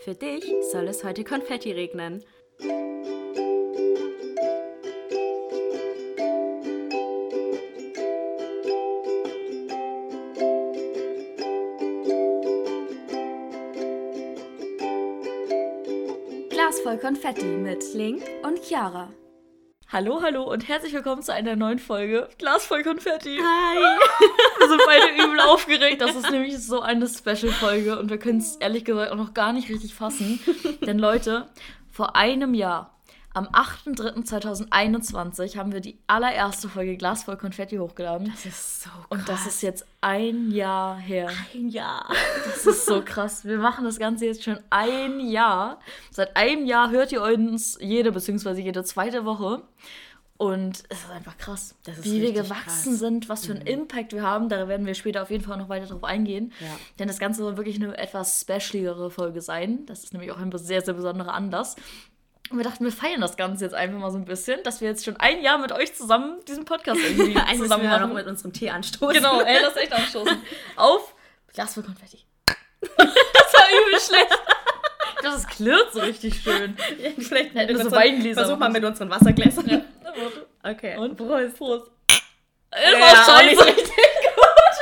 Für dich soll es heute Konfetti regnen. Glas voll Konfetti mit Link und Chiara. Hallo und herzlich willkommen zu einer neuen Folge Glas voll Konfetti. Hi! Wir sind beide übel aufgeregt. Das ist nämlich so eine Special-Folge und wir können es ehrlich gesagt auch noch gar nicht richtig fassen. Denn Leute, vor einem Jahr, am 8.3.2021, haben wir die allererste Folge Glas voll Konfetti hochgeladen. Das ist so krass. Und das ist jetzt ein Jahr her. Ein Jahr. Das ist so krass. Wir machen das Ganze jetzt schon ein Jahr. Seit einem Jahr hört ihr uns jede zweite Woche. Und es ist einfach krass, wie wir gewachsen sind, was für einen Impact wir haben. Da werden wir später auf jeden Fall noch weiter drauf eingehen. Ja. Denn das Ganze soll wirklich eine etwas specialigere Folge sein. Das ist nämlich auch ein sehr, sehr besonderer Anlass. Und wir dachten, wir feiern das Ganze jetzt einfach mal so ein bisschen, dass wir jetzt schon ein Jahr mit euch zusammen diesen Podcast irgendwie zusammen machen. Noch mit unserem Tee anstoßen. Genau, lass echt anstoßen. Auf Glas voll Konfetti. Das war übel schlecht. Das klirrt so richtig schön. Ja, vielleicht hätten wir so Weingläser. Versuch mal mit unseren Wassergläsern. Ja. Okay. Und Prost. Prost. Das war scheiße. Richtig gut.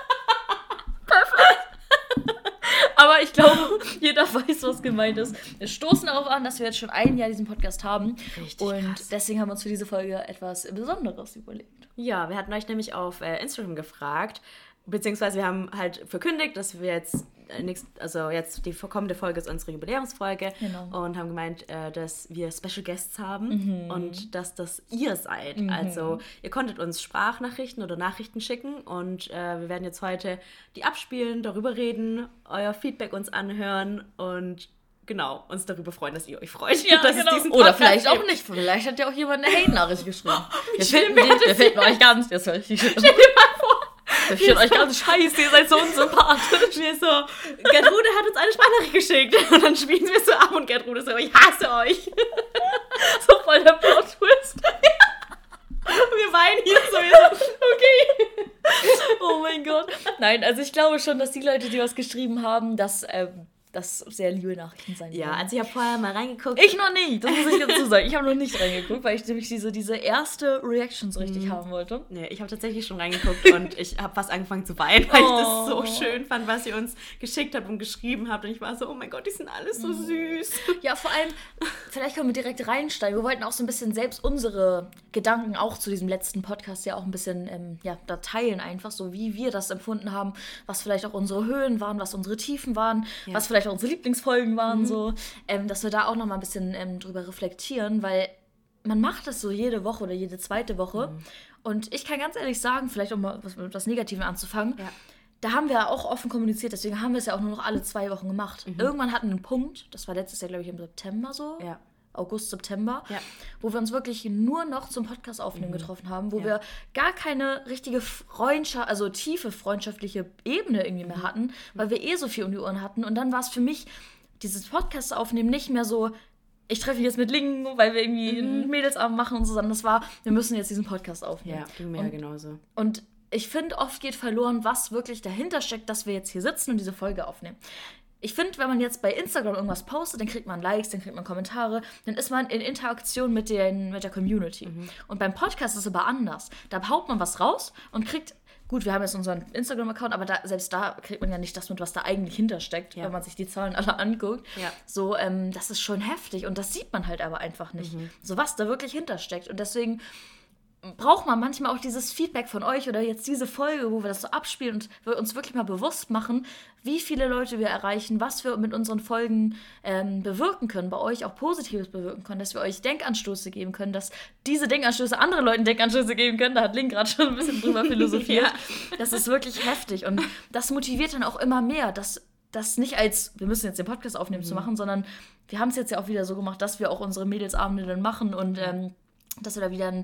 Perfekt. Aber ich glaube, jeder weiß, was gemeint ist. Wir stoßen darauf an, dass wir jetzt schon ein Jahr diesen Podcast haben. Richtig und krass. Deswegen haben wir uns für diese Folge etwas Besonderes überlegt. Ja, wir hatten euch nämlich auf Instagram gefragt, beziehungsweise wir haben halt verkündigt, dass wir jetzt jetzt die kommende Folge ist unsere Jubiläumsfolge. Genau. Und haben gemeint, dass wir Special Guests haben und dass das ihr seid. Also ihr konntet uns Sprachnachrichten oder Nachrichten schicken und wir werden jetzt heute die abspielen, darüber reden, euer Feedback uns anhören und genau, uns darüber freuen, dass ihr euch freut. Ja, dass genau. es diesen Oder Podcast vielleicht auch gibt. nicht. Vielleicht hat ja auch jemand eine Hate-Nachricht geschrieben. Wir schlimm finden euch ganz... Das höre ich nicht. Stell dir mal vor, wir finden euch ganz scheiße, ihr seid so unsympathisch. Wir so, Gertrude hat uns eine Sprachnachricht geschickt. Und dann spielen wir so ab und Gertrude so, ich hasse euch. So voll der Plot-Twist. Wir weinen hier so, okay. Oh mein Gott. Nein, also ich glaube schon, dass die Leute, die was geschrieben haben, dass das sehr liebe Nachrichten sein Ja, werden. also ich habe vorher mal reingeguckt. Ich noch nicht, das muss ich dazu sagen. Ich habe noch nicht reingeguckt, weil ich nämlich diese erste Reactions richtig haben wollte. Nee, ich habe tatsächlich schon reingeguckt und ich habe fast angefangen zu weinen, weil ich das so schön fand, was ihr uns geschickt habt und geschrieben habt. Und ich war so, oh mein Gott, die sind alles so süß. Ja, vor allem, vielleicht können wir direkt reinsteigen. Wir wollten auch so ein bisschen selbst unsere Gedanken auch zu diesem letzten Podcast ja auch ein bisschen da teilen einfach, so wie wir das empfunden haben, was vielleicht auch unsere Höhen waren, was unsere Tiefen waren, was vielleicht auch unsere Lieblingsfolgen waren, so, dass wir da auch noch mal ein bisschen drüber reflektieren, weil man macht das so jede Woche oder jede zweite Woche und ich kann ganz ehrlich sagen, vielleicht um mal mit was Negativem anzufangen, da haben wir auch offen kommuniziert, deswegen haben wir es ja auch nur noch alle 2 Wochen gemacht. Irgendwann hatten wir einen Punkt, das war letztes Jahr, glaube ich, im September so, August, September, wo wir uns wirklich nur noch zum Podcast aufnehmen getroffen haben, wo wir gar keine richtige Freundschaft, also tiefe freundschaftliche Ebene irgendwie mehr hatten, weil wir so viel um die Ohren hatten. Und dann war es für mich, dieses Podcast aufnehmen, nicht mehr so, ich treffe mich jetzt mit Lingen, weil wir irgendwie einen Mädelsabend machen und so, sondern das war, wir müssen jetzt diesen Podcast aufnehmen. Ja, ging mir ja genauso. Und ich finde, oft geht verloren, was wirklich dahinter steckt, dass wir jetzt hier sitzen und diese Folge aufnehmen. Ich finde, wenn man jetzt bei Instagram irgendwas postet, dann kriegt man Likes, dann kriegt man Kommentare, dann ist man in Interaktion mit der Community. Und beim Podcast ist es aber anders. Da haut man was raus und kriegt, gut, wir haben jetzt unseren Instagram-Account, aber selbst da kriegt man ja nicht das mit, was da eigentlich hintersteckt, wenn man sich die Zahlen alle anguckt. Ja. So, das ist schon heftig und das sieht man halt aber einfach nicht. So, was da wirklich hintersteckt. Und deswegen braucht man manchmal auch dieses Feedback von euch oder jetzt diese Folge, wo wir das so abspielen und wir uns wirklich mal bewusst machen, wie viele Leute wir erreichen, was wir mit unseren Folgen bewirken können, bei euch auch Positives bewirken können, dass wir euch Denkanstöße geben können, dass diese Denkanstöße anderen Leuten Denkanstöße geben können. Da hat Link gerade schon ein bisschen drüber philosophiert. Das ist wirklich heftig und das motiviert dann auch immer mehr, das nicht als, wir müssen jetzt den Podcast aufnehmen zu machen, sondern wir haben es jetzt ja auch wieder so gemacht, dass wir auch unsere Mädelsabende dann machen und dass wir da wieder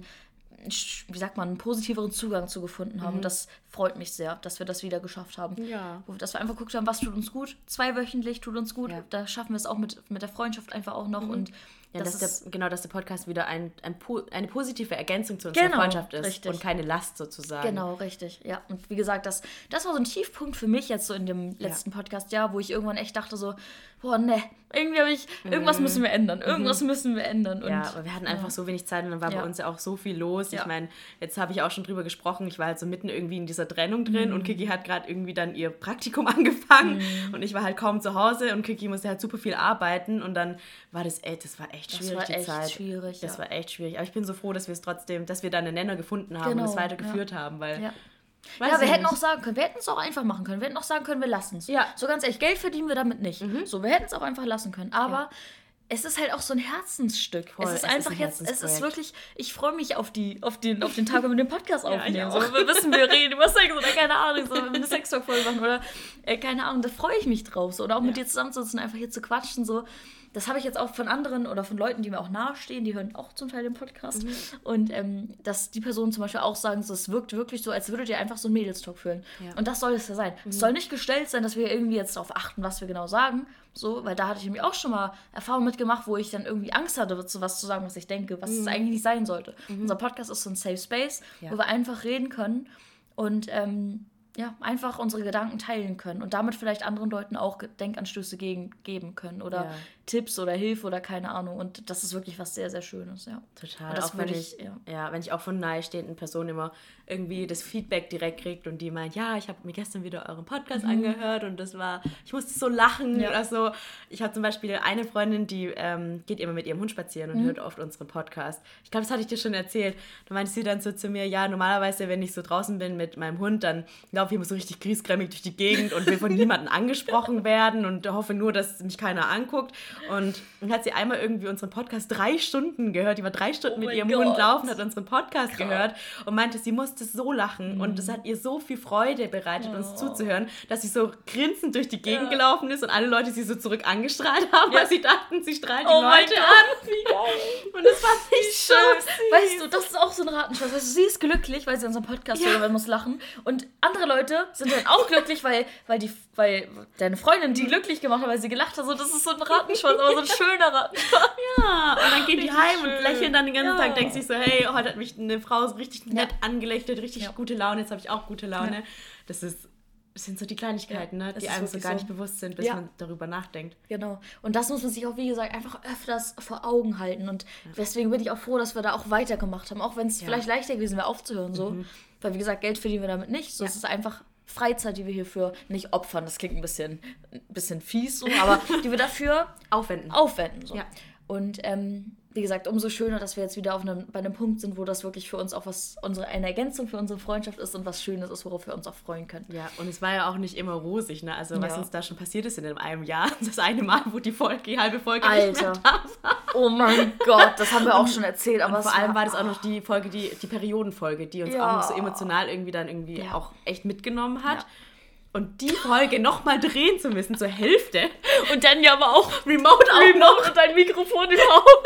einen positiveren Zugang zu gefunden haben. Das freut mich sehr, dass wir das wieder geschafft haben. Ja. Dass wir einfach geguckt haben, was tut uns gut. 2-wöchentlich tut uns gut. Ja. Da schaffen wir es auch mit der Freundschaft einfach auch noch. Und Ja, dass der Podcast wieder eine positive Ergänzung zu unserer Freundschaft ist. Richtig. Und keine Last sozusagen. Genau, richtig. Ja, und wie gesagt, das war so ein Tiefpunkt für mich jetzt so in dem letzten Podcast, wo ich irgendwann echt dachte so, boah, ne, irgendwie irgendwas müssen wir ändern. Irgendwas müssen wir ändern. Und, ja, aber wir hatten einfach so wenig Zeit und dann war bei uns ja auch so viel los. Ich meine, jetzt habe ich auch schon drüber gesprochen, ich war halt so mitten irgendwie in dieser Trennung drin und Kiki hat gerade irgendwie dann ihr Praktikum angefangen und ich war halt kaum zu Hause und Kiki musste halt super viel arbeiten und dann war das war echt schwierig, die Zeit. Das war echt schwierig. Aber ich bin so froh, dass wir da einen Nenner gefunden haben und es weitergeführt haben, weil... Ja. Wir hätten auch sagen können, wir hätten es auch einfach machen können. Wir hätten auch sagen können, wir lassen es. Ja. So ganz ehrlich, Geld verdienen wir damit nicht. So, wir hätten es auch einfach lassen können. Aber es ist halt auch so ein Herzensstück. Voll, es ist einfach jetzt, es ist wirklich, ich freue mich auf den Tag, wenn wir den Podcast aufnehmen. So, wir wissen, wir reden über Sex oder keine Ahnung, so, wenn wir eine Sextalk-Folge machen oder keine Ahnung, da freue ich mich drauf. So. Oder auch mit dir zusammenzusitzen, einfach hier zu quatschen, so. Das habe ich jetzt auch von anderen oder von Leuten, die mir auch nahestehen, die hören auch zum Teil den Podcast. Und dass die Personen zum Beispiel auch sagen, so, es wirkt wirklich so, als würdet ihr einfach so einen Mädelstalk führen. Ja. Und das soll es ja sein. Es soll nicht gestellt sein, dass wir irgendwie jetzt darauf achten, was wir genau sagen. So, weil da hatte ich nämlich auch schon mal Erfahrungen mitgemacht, wo ich dann irgendwie Angst hatte, so was zu sagen, was ich denke, was es eigentlich nicht sein sollte. Unser Podcast ist so ein Safe Space, wo wir einfach reden können und einfach unsere Gedanken teilen können und damit vielleicht anderen Leuten auch Denkanstöße geben können oder Tipps oder Hilfe oder keine Ahnung. Und das ist wirklich was sehr, sehr Schönes, ja. Total. Das auch wenn ich auch von nahestehenden Personen immer irgendwie das Feedback direkt kriege und die meint, ja, ich habe mir gestern wieder euren Podcast angehört und ich musste so lachen oder so. Ich habe zum Beispiel eine Freundin, die geht immer mit ihrem Hund spazieren und hört oft unseren Podcast. Ich glaube, das hatte ich dir schon erzählt. Da meinte sie dann so zu mir, ja, normalerweise, wenn ich so draußen bin mit meinem Hund, dann laufe ich immer so richtig griesgrämig durch die Gegend und will von niemandem angesprochen werden und hoffe nur, dass mich keiner anguckt. Und dann hat sie einmal irgendwie unseren Podcast 3 Stunden gehört. Die war 3 Stunden mit ihrem Hund laufen, hat unseren Podcast gehört und meinte, sie musste so lachen und es hat ihr so viel Freude bereitet, uns zuzuhören, dass sie so grinsend durch die Gegend gelaufen ist und alle Leute sie so zurück angestrahlt haben, weil sie dachten, sie strahlt die Leute an. Wie geil. Und das war nicht schön. Weißt du, das ist auch so ein Rattenschwanz. Weißt du, sie ist glücklich, weil sie unseren Podcast hört, weil muss lachen. Und andere Leute sind dann auch glücklich, weil deine Freundin die glücklich gemacht hat, weil sie gelacht hat. So, das ist so ein Rattenschwanz, aber so ein schöner Rattenschwanz. Ja, und dann gehen die heim und lächeln dann den ganzen Tag, denken sich so, hey, heute hat mich eine Frau so richtig nett angelächelt, richtig gute Laune, jetzt habe ich auch gute Laune. Ja. Das sind so die Kleinigkeiten, ne, die einem so gar nicht bewusst sind, bis man darüber nachdenkt. Genau. Und das muss man sich auch, wie gesagt, einfach öfters vor Augen halten. Und deswegen bin ich auch froh, dass wir da auch weitergemacht haben, auch wenn es vielleicht leichter gewesen wäre, aufzuhören. So. Weil, wie gesagt, Geld verdienen wir damit nicht. So, es ist einfach Freizeit, die wir hierfür nicht opfern. Das klingt ein bisschen fies, so, aber die wir dafür aufwenden. So. Ja. Und wie gesagt, umso schöner, dass wir jetzt wieder bei einem Punkt sind, wo das wirklich für uns auch eine Ergänzung für unsere Freundschaft ist und was Schönes ist, worauf wir uns auch freuen können. Ja, und es war ja auch nicht immer rosig, ne? Also was uns da schon passiert ist in einem Jahr. Das eine Mal, wo die halbe Folge nicht mehr da war. Oh mein Gott, das haben wir auch schon erzählt. Aber und vor allem war das auch noch die Folge, die Periodenfolge, die uns auch noch so emotional irgendwie auch echt mitgenommen hat. Ja. Und die Folge nochmal drehen zu müssen zur Hälfte. Und dann ja aber auch Remote noch. Und ein Mikrofon im Auge.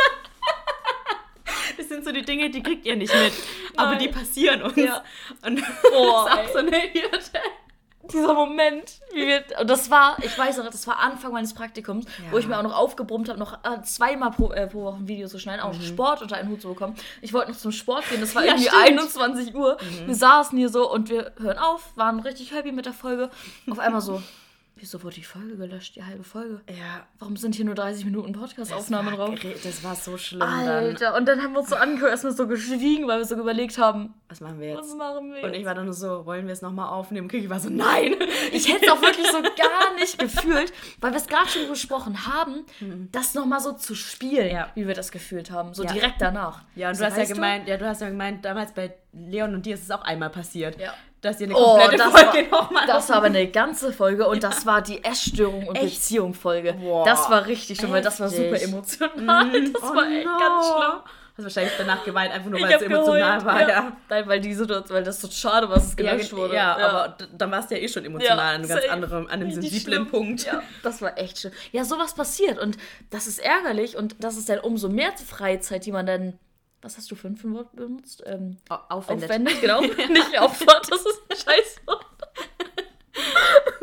Das sind so die Dinge, die kriegt ihr nicht mit. Aber die passieren uns. Ja. Und das ist auch so eine Hürde. Dieser Moment, das war Anfang meines Praktikums, wo ich mir auch noch aufgebrummt habe, noch 2-mal pro Woche ein Video zu schneiden, auch Sport unter einen Hut zu bekommen. Ich wollte noch zum Sport gehen, das war irgendwie 21 Uhr. Wir saßen hier so und wir hören auf, waren richtig happy mit der Folge. Auf einmal so, wieso wurde die Folge gelöscht, die halbe Folge? Ja. Warum sind hier nur 30 Minuten Podcast-Aufnahmen drauf? Das war so schlimm Alter, und dann haben wir uns so angehört, erstmal so geschwiegen, weil wir so überlegt haben, was machen wir jetzt? Und ich war dann nur so, wollen wir es nochmal aufnehmen? Kiki war so, nein! Ich hätte es auch wirklich so gar nicht gefühlt, weil wir es gerade schon besprochen haben, das nochmal so zu spielen, wie wir das gefühlt haben, so direkt danach. Ja, und du hast ja gemeint, damals bei Leon und dir ist es auch einmal passiert. Ja. Dass ihr eine komplette Folge nochmal... Das war aber eine ganze Folge und das war die Essstörung und Beziehung-Folge. Das war richtig schön, weil das war super emotional. Das war echt ganz schlimm. Hast wahrscheinlich danach geweint, einfach nur, weil es emotional war. Ja. Nein, weil das so schade war, dass es gelöscht wurde. Ja, aber dann warst du ja eh schon emotional an einem ganz anderen, an einem sensiblen Punkt. Ja, das war echt schön. Ja, sowas passiert und das ist ärgerlich und das ist dann umso mehr Freizeit, die man dann... Was hast du für ein Wort benutzt? Aufwendet, genau. Nicht opfert, das ist ein Scheißwort.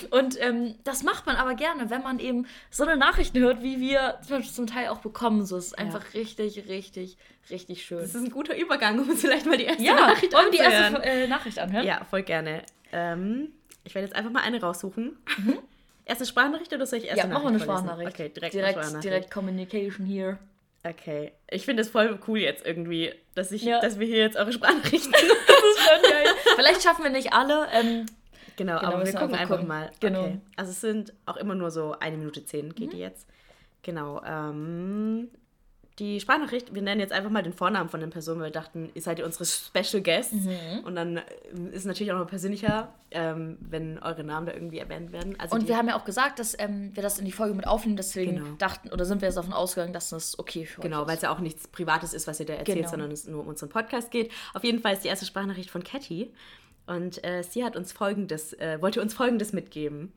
Und das macht man aber gerne, wenn man eben so eine Nachrichten hört, wie wir zum Teil auch bekommen. So, es ist einfach richtig, richtig, richtig schön. Das ist ein guter Übergang, um uns vielleicht mal die erste Nachricht anzuhören. Wollen wir die erste Nachricht anhören? Ja, voll gerne. Ich werde jetzt einfach mal eine raussuchen. Erste Sprachnachricht oder soll ich erste Nachricht? Ja, machen wir eine Sprachnachricht. Okay, direkt Direkt Communication hier. Okay. Ich finde es voll cool jetzt irgendwie, dass wir hier jetzt eure Sprachnachrichten Das ist schon geil. Vielleicht schaffen wir nicht alle. Genau, aber wir gucken einfach mal. Genau. Okay. Also es sind auch immer nur so 1 Minute 10 geht die jetzt. Genau. Die Sprachnachricht, wir nennen jetzt einfach mal den Vornamen von den Personen, weil wir dachten, ihr seid ja unsere Special Guests. Und dann ist es natürlich auch noch persönlicher, wenn eure Namen da irgendwie erwähnt werden. Also und wir haben ja auch gesagt, dass wir das in die Folge mit aufnehmen, deswegen dachten, oder sind wir jetzt davon ausgegangen, dass das okay für euch ist. Genau, weil es ja auch nichts Privates ist, was ihr da erzählt, sondern es nur um unseren Podcast geht. Auf jeden Fall ist die erste Sprachnachricht von Catty. Und sie hat uns wollte uns Folgendes mitgeben.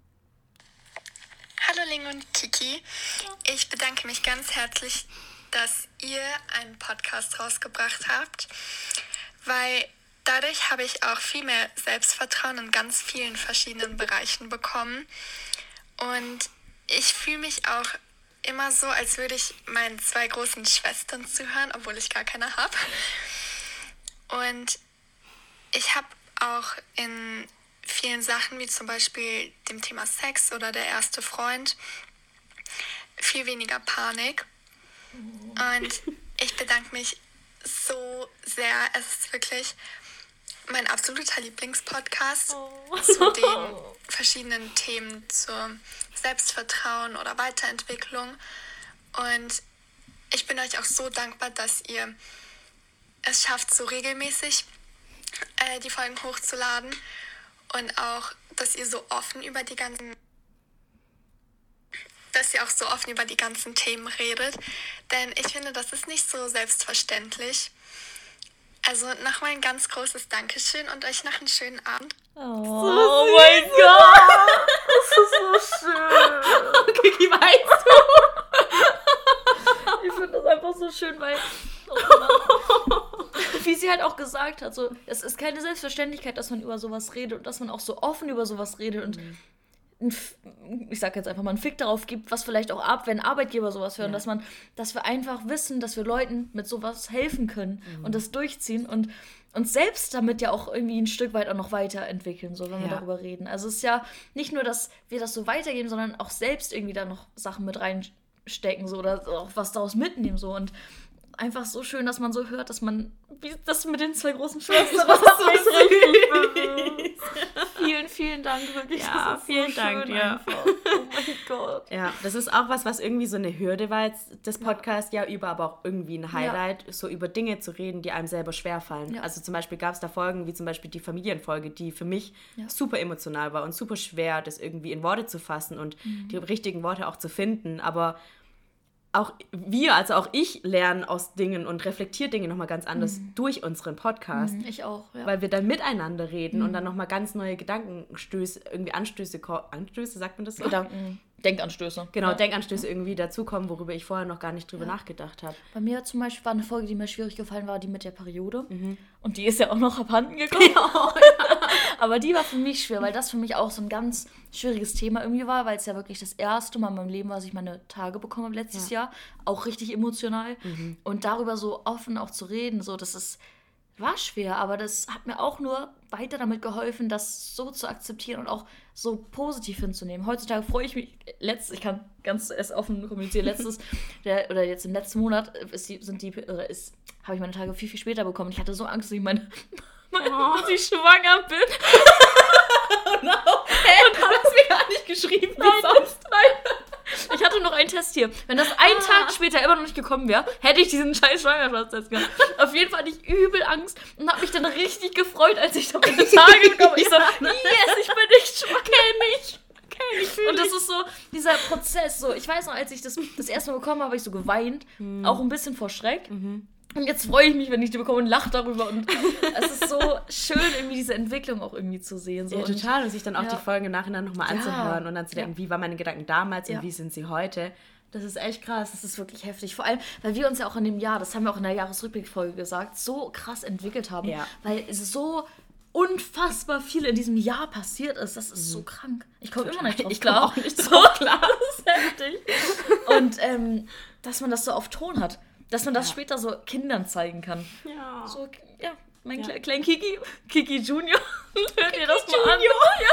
Hallo Ling und Kiki, ich bedanke mich ganz herzlich, dass ihr einen Podcast rausgebracht habt, weil dadurch habe ich auch viel mehr Selbstvertrauen in ganz vielen verschiedenen Bereichen bekommen und ich fühle mich auch immer so, als würde ich meinen 2 großen Schwestern zuhören, obwohl ich gar keine habe. Und ich habe auch in vielen Sachen, wie zum Beispiel dem Thema Sex oder der erste Freund, viel weniger Panik. Und ich bedanke mich so sehr. Es ist wirklich mein absoluter Lieblingspodcast zu den verschiedenen Themen zur Selbstvertrauen oder Weiterentwicklung. Und ich bin euch auch so dankbar, dass ihr es schafft, so regelmäßig die Folgen hochzuladen. Und auch, dass ihr so offen über die ganzen Themen redet. Denn ich finde, das ist nicht so selbstverständlich. Also nochmal ein ganz großes Dankeschön und euch noch einen schönen Abend. Oh mein Gott! Das ist so schön. Kiki, weißt du? Ich finde das einfach so schön, weil... Wie sie halt auch gesagt hat, so, es ist keine Selbstverständlichkeit, dass man über sowas redet und dass man auch so offen über sowas redet und ich sag jetzt einfach mal einen Fick darauf gibt, was vielleicht auch wenn Arbeitgeber sowas hören, dass wir einfach wissen, dass wir Leuten mit sowas helfen können und das durchziehen und uns selbst damit ja auch irgendwie ein Stück weit auch noch weiterentwickeln, so wenn wir darüber reden. Also es ist ja nicht nur, dass wir das so weitergeben, sondern auch selbst irgendwie da noch Sachen mit reinstecken, so, oder auch was daraus mitnehmen, so, und einfach so schön, dass man so hört, dass man, wie das mit den 2 großen Schwestern, das ist so süß. Vielen, vielen Dank, wirklich. Ja, das ist vielen so Dank, schön ja. Einfach. Oh mein Gott. Ja, das ist auch was irgendwie so eine Hürde war jetzt, das Podcast über, aber auch irgendwie ein Highlight, so über Dinge zu reden, die einem selber schwerfallen. Ja. Also zum Beispiel gab es da Folgen, wie zum Beispiel die Familienfolge, die für mich super emotional war und super schwer, das irgendwie in Worte zu fassen und die richtigen Worte auch zu finden, aber auch ich lerne aus Dingen und reflektiere Dinge nochmal ganz anders durch unseren Podcast. Ich auch, ja. Weil wir dann miteinander reden und dann nochmal ganz neue Gedankenstöße, irgendwie Anstöße, sagt man das so? Denkanstöße. Genau, Denkanstöße irgendwie dazukommen, worüber ich vorher noch gar nicht drüber nachgedacht habe. Bei mir zum Beispiel war eine Folge, die mir schwierig gefallen war, die mit der Periode. Und die ist ja auch noch abhanden gekommen. Ja. Aber die war für mich schwer, weil das für mich auch so ein ganz schwieriges Thema irgendwie war, weil es ja wirklich das erste Mal in meinem Leben war, dass ich meine Tage bekommen habe letztes Jahr. Auch richtig emotional. Und darüber so offen auch zu reden, so, war schwer, aber das hat mir auch nur weiter damit geholfen, das so zu akzeptieren und auch so positiv hinzunehmen. Heutzutage freue ich mich, ich kann ganz offen kommunizieren, jetzt im letzten Monat habe ich meine Tage viel, viel später bekommen. Ich hatte so Angst, dass ich dass ich schwanger bin. Oh no. Du hast mir gar nicht geschrieben, wie sonst. Nein. Ich hatte noch einen Test hier. Wenn das einen Tag später immer noch nicht gekommen wäre, hätte ich diesen scheiß Schwangerschaftstest gehabt. Auf jeden Fall hatte ich übel Angst und habe mich dann richtig gefreut, als ich da meine Tage bekomme. Ich so, yes, ich bin nicht schwanger. Kenn ich. Und das ist so dieser Prozess. So, ich weiß noch, als ich das erste Mal bekommen habe, habe ich so geweint. Auch ein bisschen vor Schreck. Und jetzt freue ich mich, wenn ich die bekomme und lache darüber. Und es ist so schön, irgendwie diese Entwicklung auch irgendwie zu sehen. So. Ja, total. Und sich dann auch die Folgen im Nachhinein nochmal anzuhören und dann zu denken, wie waren meine Gedanken damals und wie sind sie heute. Das ist echt krass. Das ist wirklich heftig. Vor allem, weil wir uns ja auch in dem Jahr, das haben wir auch in der Jahresrückblickfolge gesagt, so krass entwickelt haben. Ja. Weil es so unfassbar viel in diesem Jahr passiert ist. Das ist so krank. Ich komme immer nicht drauf Ich klar. komme auch nicht drauf klar. Das ist heftig. Und dass man das so auf Ton hat. Dass man das später so Kindern zeigen kann. Ja. So, ja, mein kleiner Kiki Junior. Hört ihr das mal an?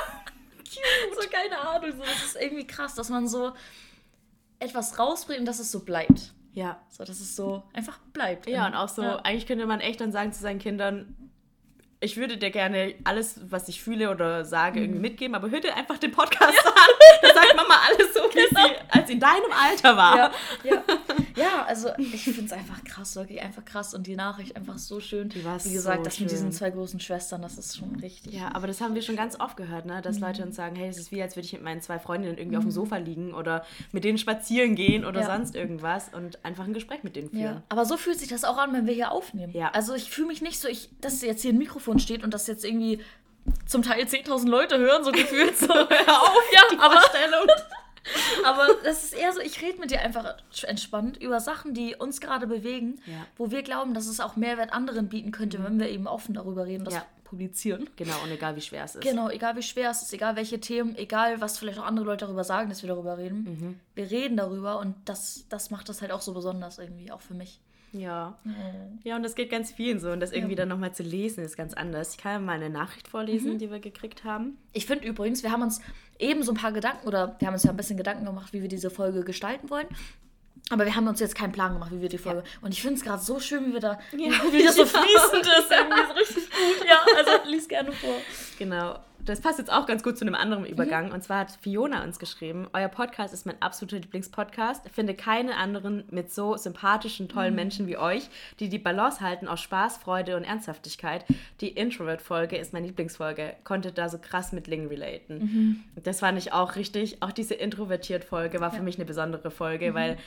Ja. So, keine Ahnung. So, das ist irgendwie krass, dass man so etwas rausbringt und dass es so bleibt. Ja. So, dass es so einfach bleibt. Ja, und auch so, eigentlich könnte man echt dann sagen zu seinen Kindern, ich würde dir gerne alles, was ich fühle oder sage, irgendwie mitgeben, aber hör dir einfach den Podcast an. Da sagt Mama alles so, wie sie als in deinem Alter war. Ja, also ich finde es einfach krass, wirklich einfach krass. Und die Nachricht einfach so schön. Die war wie gesagt, so das schön. mit diesen 2 großen Schwestern, das ist schon richtig. Ja, aber das haben wir schon ganz oft gehört, ne? Dass Leute uns sagen, hey, es ist wie, als würde ich mit meinen 2 Freundinnen irgendwie auf dem Sofa liegen oder mit denen spazieren gehen oder sonst irgendwas und einfach ein Gespräch mit denen führen. Ja. Aber so fühlt sich das auch an, wenn wir hier aufnehmen. Ja. Also ich fühle mich nicht so, dass jetzt hier ein Mikrofon steht und das jetzt irgendwie zum Teil 10.000 Leute hören, so gefühlt so. Hör auf, die Vorstellung. Aber das ist eher so, ich rede mit dir einfach entspannt über Sachen, die uns gerade bewegen, wo wir glauben, dass es auch Mehrwert anderen bieten könnte, wenn wir eben offen darüber reden, das publizieren. Genau, und egal wie schwer es ist. Genau, egal wie schwer es ist, egal welche Themen, egal was vielleicht auch andere Leute darüber sagen, dass wir darüber reden. Wir reden darüber und das macht das halt auch so besonders irgendwie, auch für mich. Ja. Ja, und das geht ganz vielen so. Und das irgendwie dann nochmal zu lesen, ist ganz anders. Ich kann ja mal eine Nachricht vorlesen, die wir gekriegt haben. Ich finde übrigens, wir haben uns eben so ein paar Gedanken, oder wir haben uns ja ein bisschen Gedanken gemacht, wie wir diese Folge gestalten wollen. Aber wir haben uns jetzt keinen Plan gemacht, wie wir die Folge... Und ich finde es gerade so schön, wie wir da... wie das so fließend ist. Irgendwie so richtig gut. Ja, also lies gerne vor. Genau. Das passt jetzt auch ganz gut zu einem anderen Übergang. Und zwar hat Fiona uns geschrieben, euer Podcast ist mein absoluter Lieblingspodcast. Ich finde keine anderen mit so sympathischen, tollen Menschen wie euch, die die Balance halten aus Spaß, Freude und Ernsthaftigkeit. Die Introvert-Folge ist meine Lieblingsfolge. Konnte da so krass mit Ling relaten. Das fand ich auch richtig. Auch diese Introvertiert-Folge war für mich eine besondere Folge, weil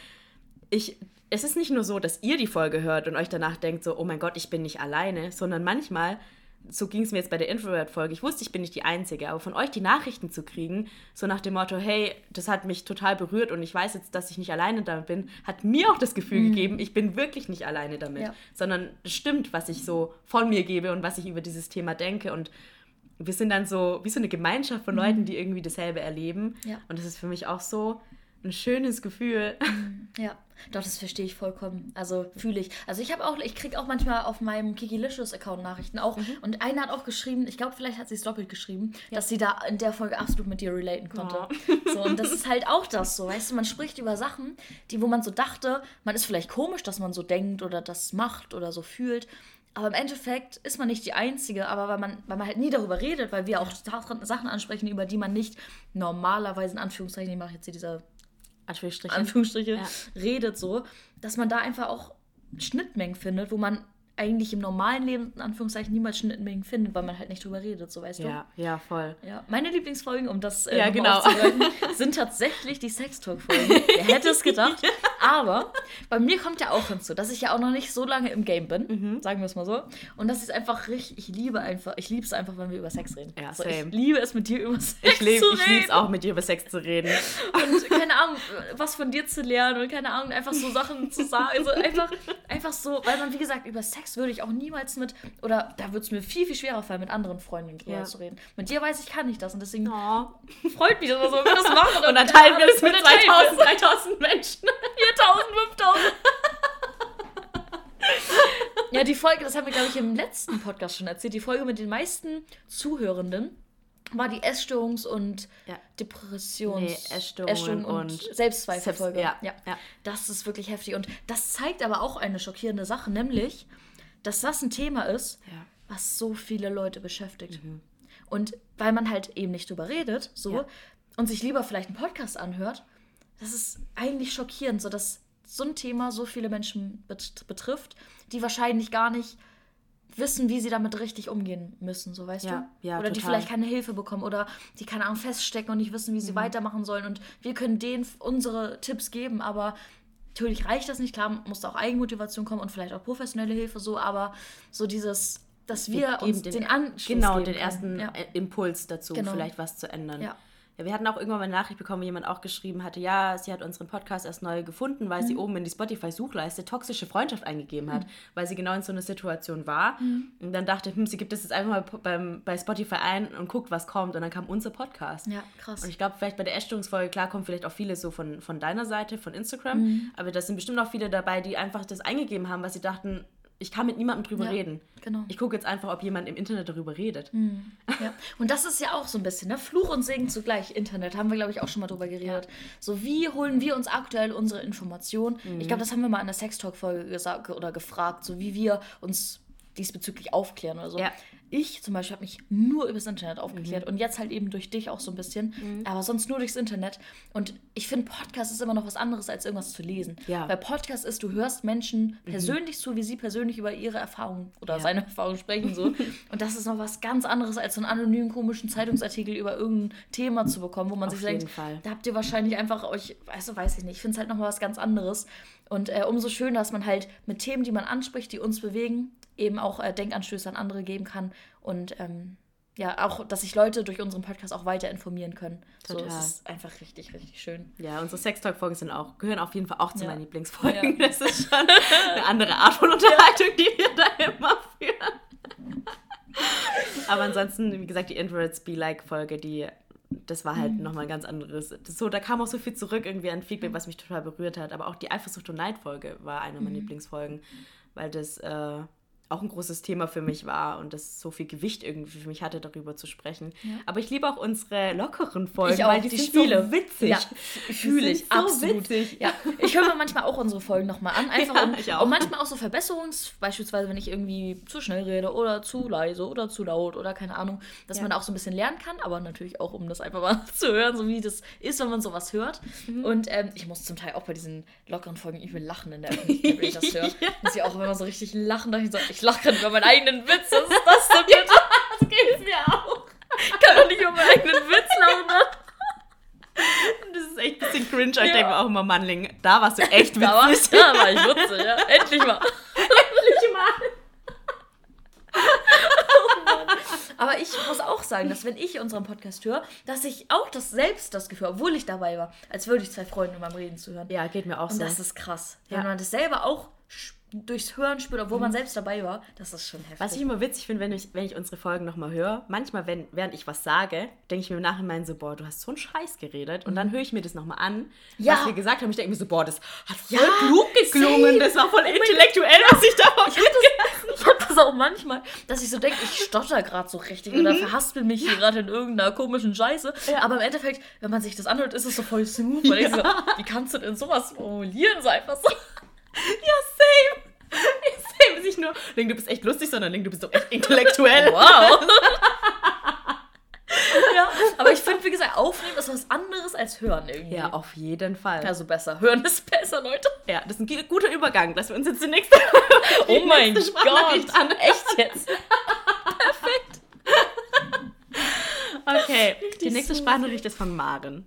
es ist nicht nur so, dass ihr die Folge hört und euch danach denkt so, oh mein Gott, ich bin nicht alleine, sondern manchmal, so ging es mir jetzt bei der Introvert-Folge, ich wusste, ich bin nicht die Einzige, aber von euch die Nachrichten zu kriegen, so nach dem Motto, hey, das hat mich total berührt und ich weiß jetzt, dass ich nicht alleine damit bin, hat mir auch das Gefühl gegeben, ich bin wirklich nicht alleine damit, sondern es stimmt, was ich so von mir gebe und was ich über dieses Thema denke und wir sind dann so wie so eine Gemeinschaft von Leuten, die irgendwie dasselbe erleben und das ist für mich auch so ein schönes Gefühl. Ja, doch, das verstehe ich vollkommen. Also fühle ich. Also ich kriege auch manchmal auf meinem Kikilicious-Account Nachrichten auch. Und eine hat auch geschrieben, ich glaube, vielleicht hat sie es doppelt geschrieben, dass sie da in der Folge absolut mit dir relaten konnte. So, und das ist halt auch das so, weißt du, man spricht über Sachen, wo man so dachte, man ist vielleicht komisch, dass man so denkt oder das macht oder so fühlt. Aber im Endeffekt ist man nicht die Einzige, aber weil man halt nie darüber redet, weil wir auch Sachen ansprechen, über die man nicht normalerweise, in Anführungszeichen, ich mache jetzt hier diese Anführungsstriche, redet so, dass man da einfach auch Schnittmengen findet, wo man eigentlich im normalen Leben, in Anführungszeichen, niemals Schnittmengen findet, weil man halt nicht drüber redet, so weißt du? Ja, voll. Ja, meine Lieblingsfolgen, um das genau. aufzugreifen, sind tatsächlich die Sextalk-Folgen. Wer hätte es gedacht? Aber bei mir kommt ja auch hinzu, dass ich ja auch noch nicht so lange im Game bin, sagen wir es mal so. Und das ist einfach richtig, ich liebe es einfach, wenn wir über Sex reden. Ja, so, same. Ich liebe es, mit dir über Sex zu reden. Ich liebe es auch, mit dir über Sex zu reden. Und keine Ahnung, was von dir zu lernen und keine Ahnung, einfach so Sachen zu sagen. Also einfach so, weil man, wie gesagt, über Sex würde ich auch niemals oder da würde es mir viel, viel schwerer fallen, mit anderen Freundinnen drüber zu reden. Mit dir weiß ich, kann ich das und deswegen freut mich das immer so, wenn wir das machen. Und dann teilen wir das mit 2000, 3000 Menschen. 4000, 5000. Ja, die Folge, das haben wir, glaube ich, im letzten Podcast schon erzählt, die Folge mit den meisten Zuhörenden war die Essstörungs- und Essstörungen und Selbstzweifelfolge. Ja. Das ist wirklich heftig. Und das zeigt aber auch eine schockierende Sache, nämlich, dass das ein Thema ist, was so viele Leute beschäftigt. Und weil man halt eben nicht drüber redet, und sich lieber vielleicht einen Podcast anhört, das ist eigentlich schockierend, so dass so ein Thema so viele Menschen betrifft, die wahrscheinlich gar nicht wissen, wie sie damit richtig umgehen müssen, so weißt du? Ja, oder die total. vielleicht keine Hilfe bekommen oder die, keine Ahnung, feststecken und nicht wissen, wie sie weitermachen sollen. Und wir können denen unsere Tipps geben, aber natürlich reicht das nicht. Klar, muss da auch Eigenmotivation kommen und vielleicht auch professionelle Hilfe, so, aber so dieses, dass wir uns den Anschluss Genau, geben den können. ersten Impuls dazu, vielleicht was zu ändern. Ja, wir hatten auch irgendwann mal eine Nachricht bekommen, wo jemand auch geschrieben hatte, ja, sie hat unseren Podcast erst neu gefunden, weil sie oben in die Spotify-Suchleiste toxische Freundschaft eingegeben hat, weil sie genau in so einer Situation war. Und dann dachte, sie gibt das jetzt einfach mal bei Spotify ein und guckt, was kommt. Und dann kam unser Podcast. Ja, krass. Und ich glaube, vielleicht bei der Essstörungsfolge, klar, kommen vielleicht auch viele so von deiner Seite, von Instagram. Aber da sind bestimmt auch viele dabei, die einfach das eingegeben haben, weil sie dachten, ich kann mit niemandem drüber reden. Genau. Ich gucke jetzt einfach, ob jemand im Internet darüber redet. Ja. Und das ist ja auch so ein bisschen, ne? Fluch und Segen zugleich. Internet, haben wir, glaube ich, auch schon mal drüber geredet. Ja. So, wie holen wir uns aktuell unsere Informationen? Ich glaube, das haben wir mal in der Sextalk-Folge gesagt oder gefragt, so wie wir uns diesbezüglich aufklären oder so. Ja. Ich zum Beispiel habe mich nur übers Internet aufgeklärt und jetzt halt eben durch dich auch so ein bisschen, aber sonst nur durchs Internet. Und ich finde, Podcast ist immer noch was anderes, als irgendwas zu lesen. Ja. Weil Podcast ist, du hörst Menschen persönlich zu, wie sie persönlich über ihre Erfahrungen oder seine Erfahrungen sprechen. So. Und das ist noch was ganz anderes, als so einen anonymen, komischen Zeitungsartikel über irgendein Thema zu bekommen, wo man sich denkt, da habt ihr wahrscheinlich einfach euch, weiß ich nicht, ich finde es halt noch mal was ganz anderes. Und umso schöner, dass man halt mit Themen, die man anspricht, die uns bewegen, eben auch Denkanstöße an andere geben kann und auch, dass sich Leute durch unseren Podcast auch weiter informieren können. Total. So, es ist einfach richtig, richtig schön. Ja, unsere Sextalk-Folgen gehören auf jeden Fall auch zu meinen Lieblingsfolgen. Ja. Das ist schon eine andere Art von Unterhaltung, die wir da immer führen. Aber ansonsten, wie gesagt, die Introverts Be Like-Folge, das war halt nochmal ein ganz anderes. Da kam auch so viel zurück irgendwie an Feedback, was mich total berührt hat. Aber auch die Eifersucht und Neid-Folge war eine meiner Lieblingsfolgen, weil das auch ein großes Thema für mich war und das so viel Gewicht irgendwie für mich hatte, darüber zu sprechen. Ja. Aber ich liebe auch unsere lockeren Folgen, weil die sind Spiele so witzig. Ja, fühle ich, absolut. Witzig. Ja. Ich höre mir manchmal auch unsere Folgen nochmal an, einfach und manchmal auch so beispielsweise, wenn ich irgendwie zu schnell rede oder zu leise oder zu laut oder keine Ahnung, dass man auch so ein bisschen lernen kann, aber natürlich auch, um das einfach mal zu hören, so wie das ist, wenn man sowas hört. Und ich muss zum Teil auch bei diesen lockeren Folgen übel lachen in der Öffentlichkeit, wenn ich das höre. Muss ich auch, wenn man so richtig lachen, da ich lache gerade über meinen eigenen Witz. Was ist das denn bitte? Das geht mir auch. Ich kann doch nicht über meinen eigenen Witz lachen. Das ist echt ein bisschen cringe. Ich denke mir auch immer, Mannling, da warst du echt witzig. Da war ich witzig, ja. Endlich mal. Endlich mal. Oh Mann. Aber ich muss auch sagen, dass wenn ich unseren Podcast höre, dass ich auch selbst das Gefühl, obwohl ich dabei war, als würde ich zwei Freunden beim Reden zuhören. Ja, geht mir auch so. Und das ist krass. Wenn man das selber auch durchs Hören spürt, obwohl man selbst dabei war, das ist schon heftig. Was ich immer witzig finde, wenn ich unsere Folgen nochmal höre, manchmal, während ich was sage, denke ich mir im Nachhinein so, boah, du hast so einen Scheiß geredet. Und dann höre ich mir das nochmal an, was wir gesagt haben. Ich denke mir so, boah, das hat voll klug geklungen. Das war voll intellektuell, was ich da Ich habe das auch manchmal, dass ich so denke, ich stotter gerade so richtig oder verhaspel mich hier gerade in irgendeiner komischen Scheiße. Ja. Aber im Endeffekt, wenn man sich das anhört, ist es so voll smooth. Weil ich so, wie kannst du denn sowas formulieren? So einfach so. Ja, same. Ich nur denke, du bist echt lustig, sondern denke, du bist doch echt intellektuell. Wow. Ja, aber ich finde, wie gesagt, aufnehmen ist was anderes als hören irgendwie. Ja, auf jeden Fall. Also besser. Hören ist besser, Leute. Ja, das ist ein guter Übergang, dass wir uns jetzt die nächste Oh mein Gott. An. Echt jetzt? Perfekt. Okay, die nächste Sprachnachricht ist von Maren.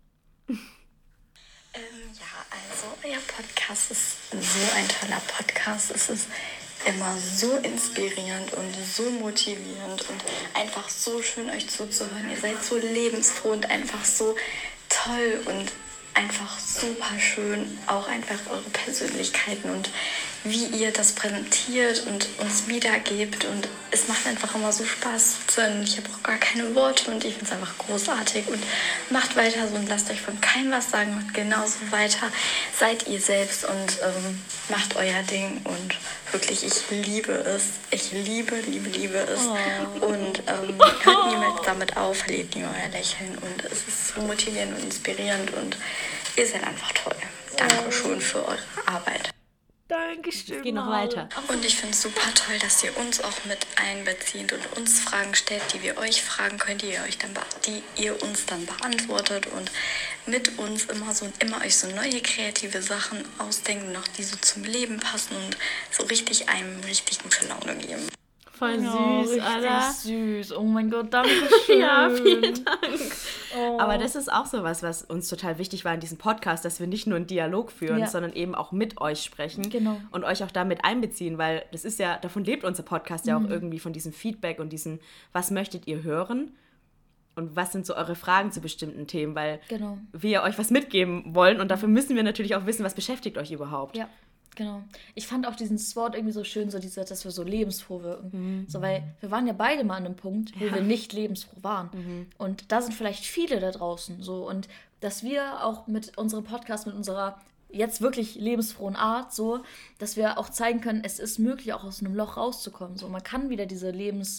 Euer Podcast ist so ein toller Podcast. Es ist immer so inspirierend und so motivierend und einfach so schön, euch zuzuhören. Ihr seid so lebensfroh und einfach so toll und einfach super schön. Auch einfach eure Persönlichkeiten und wie ihr das präsentiert und uns wiedergebt. Und es macht einfach immer so Spaß zu hören. Ich habe auch gar keine Worte und ich finde es einfach großartig. Und macht weiter so und lasst euch von keinem was sagen. Macht genauso weiter. Seid ihr selbst und macht euer Ding. Und wirklich, ich liebe es. Ich liebe es. Und hört niemals damit auf. Verliert nie euer Lächeln. Und es ist so motivierend und inspirierend. Und ihr seid einfach toll. Dankeschön für eure Arbeit. Dankeschön. Es geht noch weiter. Und ich finde es super toll, dass ihr uns auch mit einbezieht und uns Fragen stellt, die wir euch fragen können, die ihr uns dann beantwortet und mit uns immer euch so neue kreative Sachen ausdenken, noch die so zum Leben passen und so richtig einem richtig gute Laune geben. Voll süß, Alter. Süß. Oh mein Gott, danke schön. Ja, vielen Dank. Oh. Aber das ist auch so was uns total wichtig war in diesem Podcast, dass wir nicht nur einen Dialog führen, sondern eben auch mit euch sprechen und euch auch damit einbeziehen, weil das ist ja, davon lebt unser Podcast ja auch irgendwie, von diesem Feedback und diesem, was möchtet ihr hören? und was sind so eure Fragen zu bestimmten Themen, weil Genau. wir euch was mitgeben wollen und dafür müssen wir natürlich auch wissen, was beschäftigt euch überhaupt. Ja, genau. Ich fand auch dieses Wort irgendwie so schön, so dass wir so lebensfroh wirken. So, weil wir waren ja beide mal an einem Punkt, wo wir nicht lebensfroh waren. Und da sind vielleicht viele da draußen so. Und dass wir auch mit unserem Podcast, mit unserer jetzt wirklich lebensfrohen Art, so, dass wir auch zeigen können, es ist möglich, auch aus einem Loch rauszukommen. So, man kann wieder diesen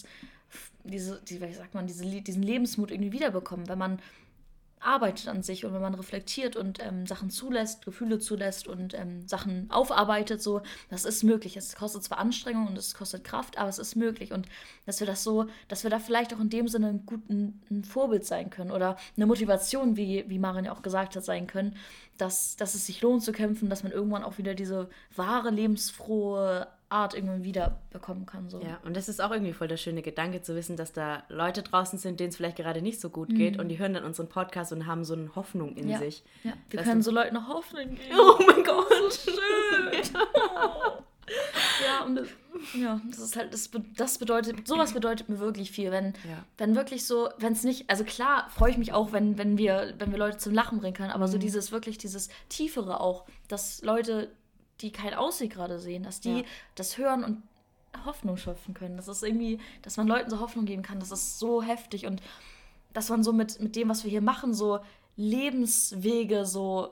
Lebensmut irgendwie wiederbekommen, wenn man arbeitet an sich und wenn man reflektiert und Sachen zulässt, Gefühle zulässt und Sachen aufarbeitet, so, das ist möglich. Es kostet zwar Anstrengung und es kostet Kraft, aber es ist möglich. Und dass wir da vielleicht auch in dem Sinne ein Vorbild sein können oder eine Motivation, wie Maren ja auch gesagt hat, sein können, dass es sich lohnt zu kämpfen, dass man irgendwann auch wieder diese wahre, lebensfrohe Art irgendwie wieder bekommen kann. So. Ja, und das ist auch irgendwie voll der schöne Gedanke, zu wissen, dass da Leute draußen sind, denen es vielleicht gerade nicht so gut geht und die hören dann unseren Podcast und haben so eine Hoffnung in sich. Ja, wir können so Leuten noch Hoffnung geben. Oh mein Gott! So schön! Ja, und das ist halt, sowas bedeutet mir wirklich viel, wenn wirklich so, wenn es nicht, also klar freue ich mich auch, wenn wir Leute zum Lachen bringen können, aber so dieses Tiefere auch, dass Leute, die kein Aussehen gerade sehen, dass die das hören und Hoffnung schöpfen können. Das ist irgendwie, dass man Leuten so Hoffnung geben kann, das ist so heftig und dass man so mit dem, was wir hier machen, so Lebenswege so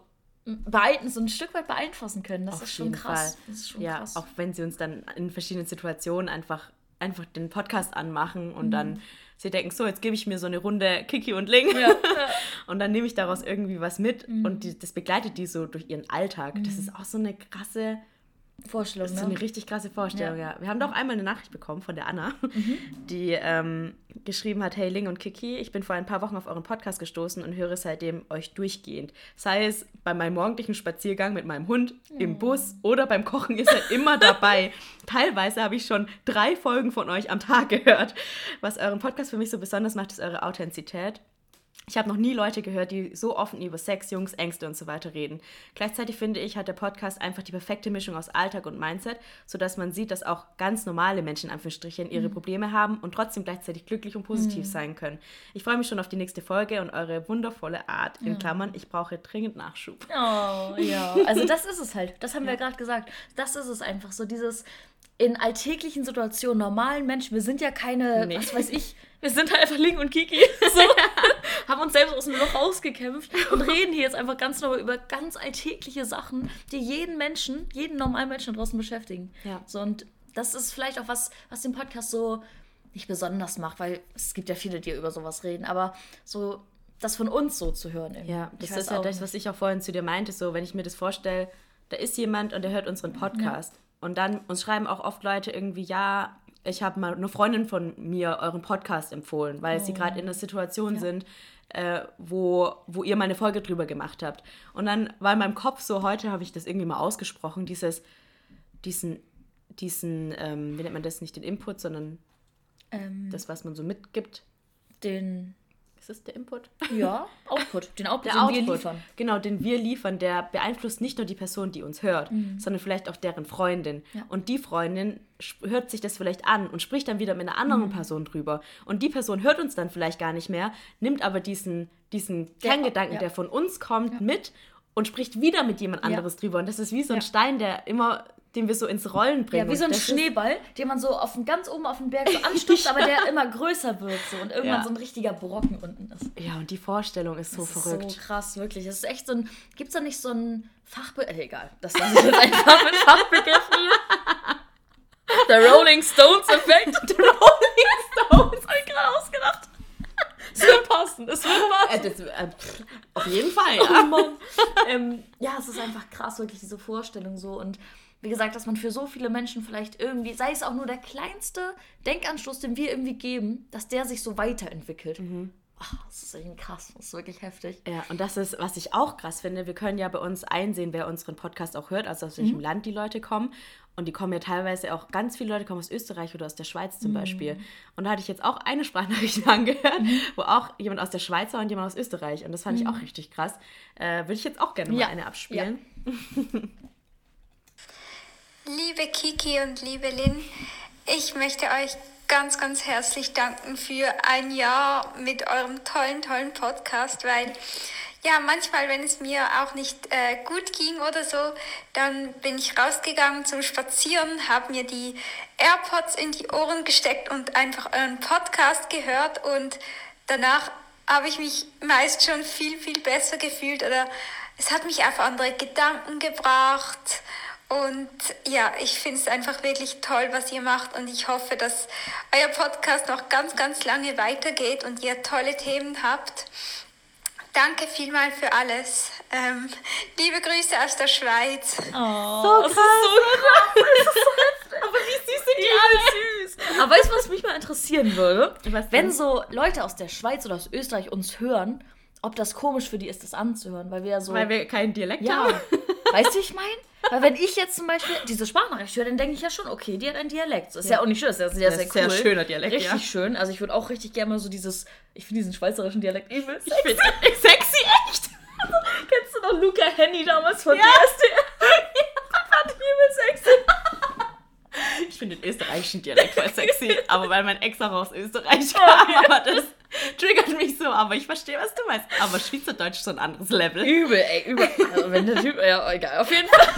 ein Stück weit beeinflussen können. Das ist schon krass. Das ist schon krass. Auch wenn sie uns dann in verschiedenen Situationen einfach den Podcast anmachen und dann sie denken, so, jetzt gebe ich mir so eine Runde Kiki und Ling und dann nehme ich daraus irgendwie was mit und das begleitet die so durch ihren Alltag. Das ist auch so eine krasse Vorstellung, das ist so eine richtig krasse Vorstellung, ja. Wir haben doch einmal eine Nachricht bekommen von der Anna, die geschrieben hat, hey Ling und Kiki, ich bin vor ein paar Wochen auf euren Podcast gestoßen und höre seitdem euch durchgehend. Sei es bei meinem morgendlichen Spaziergang mit meinem Hund, im Bus oder beim Kochen, ihr seid immer dabei. Teilweise habe ich schon 3 Folgen von euch am Tag gehört. Was euren Podcast für mich so besonders macht, ist eure Authentizität. Ich habe noch nie Leute gehört, die so offen über Sex, Jungs, Ängste und so weiter reden. Gleichzeitig finde ich, hat der Podcast einfach die perfekte Mischung aus Alltag und Mindset, sodass man sieht, dass auch ganz normale Menschen, in Anführungsstrichen, ihre Probleme haben und trotzdem gleichzeitig glücklich und positiv sein können. Ich freue mich schon auf die nächste Folge und eure wundervolle Art. In Klammern, ich brauche dringend Nachschub. Oh, ja. Also das ist es halt. Das haben wir gerade gesagt. Das ist es einfach so, dieses in alltäglichen Situationen, normalen Menschen, wir sind ja keine, was weiß ich, wir sind halt einfach Ling und Kiki, so, haben uns selbst aus dem Loch rausgekämpft und reden hier jetzt einfach ganz normal über ganz alltägliche Sachen, die jeden normalen Menschen da draußen beschäftigen. Ja. So, und das ist vielleicht auch was den Podcast so nicht besonders macht, weil es gibt ja viele, die über sowas reden, aber so das von uns so zu hören. Irgendwie. Ja, das ist ja das, was ich auch vorhin zu dir meinte, so, wenn ich mir das vorstelle, da ist jemand und der hört unseren Podcast. Ja. Und dann uns schreiben auch oft Leute irgendwie, ja, ich habe mal eine Freundin von mir euren Podcast empfohlen, weil sie gerade in einer Situation sind, wo ihr mal eine Folge drüber gemacht habt. Und dann war in meinem Kopf so, heute habe ich das irgendwie mal ausgesprochen, diesen, wie nennt man das, nicht den Input, sondern das, was man so mitgibt. Ist das der Input? Ja, Output. Den Output, wir liefern. Genau, den wir liefern, der beeinflusst nicht nur die Person, die uns hört, sondern vielleicht auch deren Freundin. Ja. Und die Freundin hört sich das vielleicht an und spricht dann wieder mit einer anderen Person drüber. Und die Person hört uns dann vielleicht gar nicht mehr, nimmt aber diesen Kerngedanken, der von uns kommt, mit und spricht wieder mit jemand anderes drüber. Und das ist wie so ein Stein, den wir so ins Rollen bringen. Ja, wie so ein Schneeball, den man so ganz oben auf den Berg so anstupst, aber der immer größer wird so und irgendwann so ein richtiger Brocken unten ist. Ja, und die Vorstellung ist so verrückt. Das ist so krass, wirklich. Das ist echt so ein, gibt's da nicht so ein Fachbegriff? Egal, das lasse ich jetzt einfach mit Fachbegriffen. Der Rolling Stones Effekt. Der Rolling Stones. Hab ich gerade ausgedacht. Es wird passen. Auf jeden Fall, ja. Oh Mann. Ja, es ist einfach krass, wirklich diese Vorstellung so und wie gesagt, dass man für so viele Menschen vielleicht irgendwie, sei es auch nur der kleinste Denkanstoß, den wir irgendwie geben, dass der sich so weiterentwickelt. Das ist irgendwie krass, das ist wirklich heftig. Ja, und das ist, was ich auch krass finde, wir können ja bei uns einsehen, wer unseren Podcast auch hört, also aus welchem Land die Leute kommen. Und die kommen ja teilweise auch, ganz viele Leute kommen aus Österreich oder aus der Schweiz zum Beispiel. Und da hatte ich jetzt auch eine Sprachnachricht angehört, wo auch jemand aus der Schweiz war und jemand aus Österreich. Und das fand ich auch richtig krass. Würde ich jetzt auch gerne mal eine abspielen. Ja. Liebe Kiki und liebe Lin, ich möchte euch ganz, ganz herzlich danken für ein Jahr mit eurem tollen Podcast, weil ja, manchmal, wenn es mir auch nicht gut ging oder so, dann bin ich rausgegangen zum Spazieren, habe mir die AirPods in die Ohren gesteckt und einfach euren Podcast gehört und danach habe ich mich meist schon viel, viel besser gefühlt oder es hat mich auf andere Gedanken gebracht. Und ja, ich finde es einfach wirklich toll, was ihr macht und ich hoffe, dass euer Podcast noch ganz, ganz lange weitergeht und ihr tolle Themen habt. Danke vielmals für alles. Liebe Grüße aus der Schweiz. Oh, So das krass. ist so krass. Aber wie süß sind die alle? Süß. Aber weißt du, was mich mal interessieren würde? Was denn? Wenn so Leute aus der Schweiz oder aus Österreich uns hören, ob das komisch für die ist, das anzuhören, weil wir ja so... Weil wir keinen Dialekt ja, haben. weißt du, wie ich meine? Weil wenn ich jetzt zum Beispiel diese Sprachnachricht höre, dann denke ich ja schon, okay, die hat einen Dialekt. Das ist ja auch nicht schön, das ist ja sehr cool. Sehr schöner Dialekt, richtig ja. schön. Also ich würde auch richtig gerne mal so dieses, ich finde diesen schweizerischen Dialekt übel Ich finde sexy, echt. Kennst du noch Luca Henny damals von DSDR? Fand ich übel sexy. Ich finde den österreichischen Dialekt voll sexy, aber weil mein Ex auch aus Österreich kam, aber das triggert mich so, aber ich verstehe, was du meinst. Aber Schweizerdeutsch ist so ein anderes Level. Übel, ey, übel. Also wenn der Typ, ja, egal, auf jeden Fall.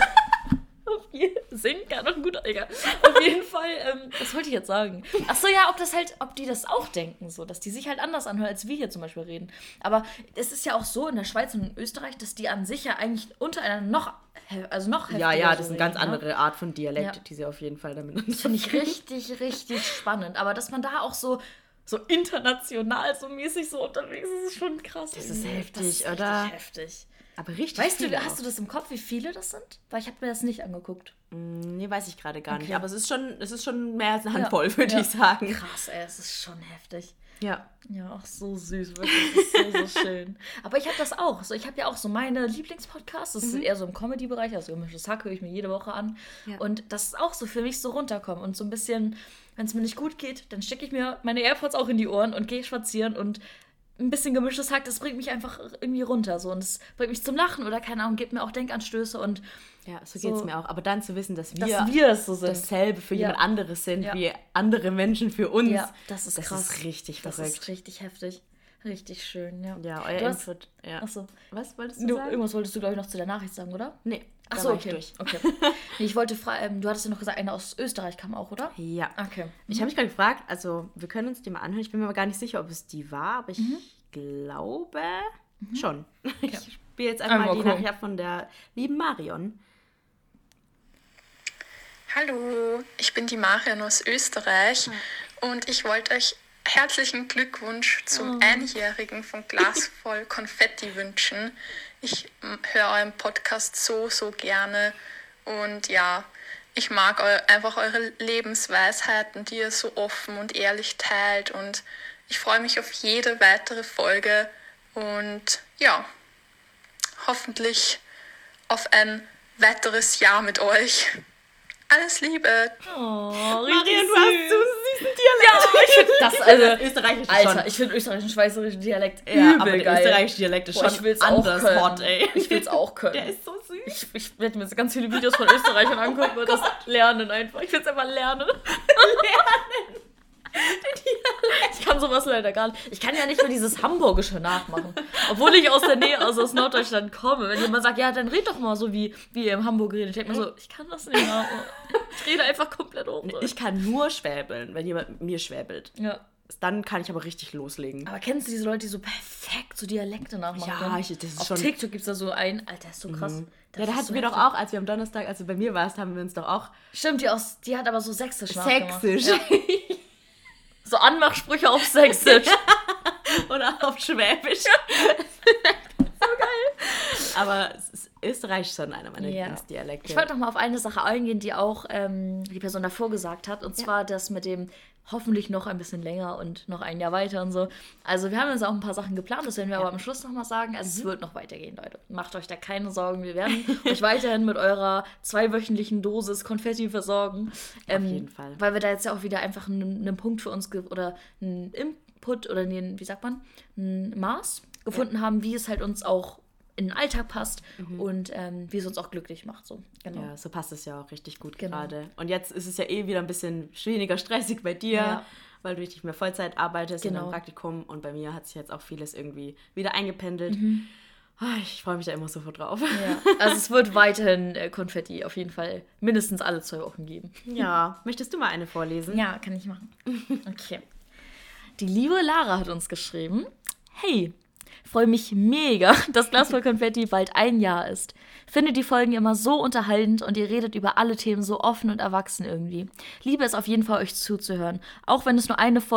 Singen kann noch gut, egal. Auf jeden Fall, was wollte ich jetzt sagen? Achso, ja, ob die das auch denken, so, dass die sich halt anders anhören, als wir hier zum Beispiel reden. Aber es ist ja auch so in der Schweiz und in Österreich, dass die an sich ja eigentlich untereinander noch heftiger Ja, das ist so eine ganz reden, ne? andere Art von Dialekt, Ja. die sie auf jeden Fall damit Das finde ich richtig, richtig spannend. Aber dass man da auch so international so mäßig so unterwegs ist, ist schon krass. Das ist irgendwie. heftig, Das ist oder? Richtig heftig. Aber richtig Weißt du, viele hast du das im Kopf, wie viele das sind? Weil ich habe mir das nicht angeguckt. Nee, weiß ich gerade gar nicht. Okay. Aber es ist schon mehr als eine Handvoll, würde ich sagen. Krass, ey, es ist schon heftig. Ja. Ja, auch so süß, wirklich. Das ist so schön. Aber ich habe das auch. So, ich habe ja auch so meine Lieblingspodcasts. Das ist eher so im Comedy-Bereich. Also Gemischtes Hack höre ich mir jede Woche an. Ja. Und das ist auch so für mich so runterkommen. Und so ein bisschen, wenn es mir nicht gut geht, dann stecke ich mir meine AirPods auch in die Ohren und gehe spazieren und ein bisschen Gemischtes Hack, das bringt mich einfach irgendwie runter. So. Und es bringt mich zum Lachen oder keine Ahnung, gibt mir auch Denkanstöße und Ja, so geht es mir auch. Aber dann zu wissen, dass wir es so sind. dasselbe für Ja. jemand anderes sind, Ja. wie andere Menschen für uns. Ja, das ist krass. Das ist richtig Das verrückt. ist richtig heftig. Richtig schön, ja. Ja, euer Du hast- Input. Ja. Achso. Was wolltest du sagen? Irgendwas wolltest du, glaube ich, noch zu der Nachricht sagen, oder? Nee, da Achso, war ich okay. durch. Okay. Nee, ich wollte fragen, du hattest ja noch gesagt, eine aus Österreich kam auch, oder? Ja. Okay. Ich habe mich gerade gefragt, also wir können uns die mal anhören. Ich bin mir aber gar nicht sicher, ob es die war, aber ich glaube schon. Ich spiele jetzt einfach mal die gucken. Nachricht ab von der lieben Marion. Hallo, ich bin die Marion aus Österreich und ich wollte euch herzlichen Glückwunsch zum Einjährigen von Glas voll Konfetti wünschen. Ich höre euren Podcast so gerne und ja, ich mag einfach eure Lebensweisheiten, die ihr so offen und ehrlich teilt und ich freue mich auf jede weitere Folge und ja, hoffentlich auf ein weiteres Jahr mit euch. Alles Liebe! Oh, Marion, du hast so einen süßen Dialekt. Ja, ich finde das, also, österreichisch Alter, schon. ich finde österreichischen, schweizerischen Dialekt Ja, übel aber der geil. österreichische Dialekt ist Boah, schon ich will's anders auch können. hot, ey. Ich will's auch können. Der ist so süß. Ich werde mir jetzt ganz viele Videos von Österreichern angucken und das lernen einfach. Ich will es einfach lernen. Ich kann sowas leider gar nicht. Ich kann ja nicht nur dieses Hamburgische nachmachen. Obwohl ich aus der Nähe, also aus Norddeutschland komme. Wenn jemand sagt, ja, dann red doch mal so, wie ihr im Hamburg redet. Ich denke mir so, ich kann das nicht mehr. Ich rede einfach komplett hoch. Ich kann nur schwäbeln, wenn jemand mit mir schwäbelt. Ja. Dann kann ich aber richtig loslegen. Aber kennst du diese Leute, die so perfekt so Dialekte nachmachen Ja, können? das ist Auf schon... TikTok gibt es da so einen, Alter, das ist so krass. Das Ja, da ist hatten so wir doch heftig. auch, als wir am Donnerstag, als du bei mir warst, haben wir uns doch auch Stimmt, die hat aber so sächsisch nachgemacht. sächsisch Ja. So Anmachsprüche auf sächsisch. oder auf Schwäbisch. Aber Österreich ist schon einer meiner Ja. Lieblingsdialekte. Ich wollte noch mal auf eine Sache eingehen, die auch die Person davor gesagt hat. Und zwar das mit dem hoffentlich noch ein bisschen länger und noch ein Jahr weiter und so. Also wir haben jetzt auch ein paar Sachen geplant, das werden wir aber am Schluss noch mal sagen. Also es wird noch weitergehen, Leute. Macht euch da keine Sorgen. Wir werden euch weiterhin mit eurer 2-wöchentlichen Dosis Konfetti versorgen. Auf jeden Fall. Weil wir da jetzt ja auch wieder einfach einen Punkt für uns oder einen Input oder wie sagt man, ein Maß gefunden haben, wie es halt uns auch in den Alltag passt und wie es uns auch glücklich macht. So. Genau. Ja, so passt es ja auch richtig gut gerade. Und jetzt ist es ja wieder ein bisschen weniger stressig bei dir, weil du nicht mehr Vollzeit arbeitest in einem Praktikum. Und bei mir hat sich jetzt auch vieles irgendwie wieder eingependelt. Ich freue mich da immer so drauf. Ja, also es wird weiterhin Konfetti auf jeden Fall mindestens alle 2 Wochen geben. Ja, möchtest du mal eine vorlesen? Ja, kann ich machen. Okay. Die liebe Lara hat uns geschrieben: Hey, freue mich mega, dass Glas voll Konfetti bald 1 Jahr ist. Finde die Folgen immer so unterhaltend und ihr redet über alle Themen so offen und erwachsen irgendwie. Liebe es auf jeden Fall, euch zuzuhören. Auch wenn es nur eine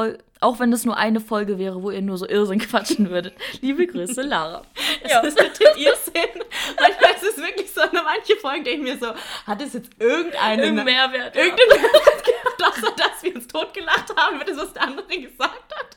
Folge wäre, wo ihr nur so Irrsinn quatschen würdet. Liebe Grüße, Lara. Das ist mit dem Irrsinn. Manchmal ist es wirklich so, manche Folgen denke ich mir so, hat es jetzt irgendeinen Mehrwert? Irgendeinen Mehrwert gehabt, außer dass wir uns totgelacht haben über das, was der andere gesagt hat.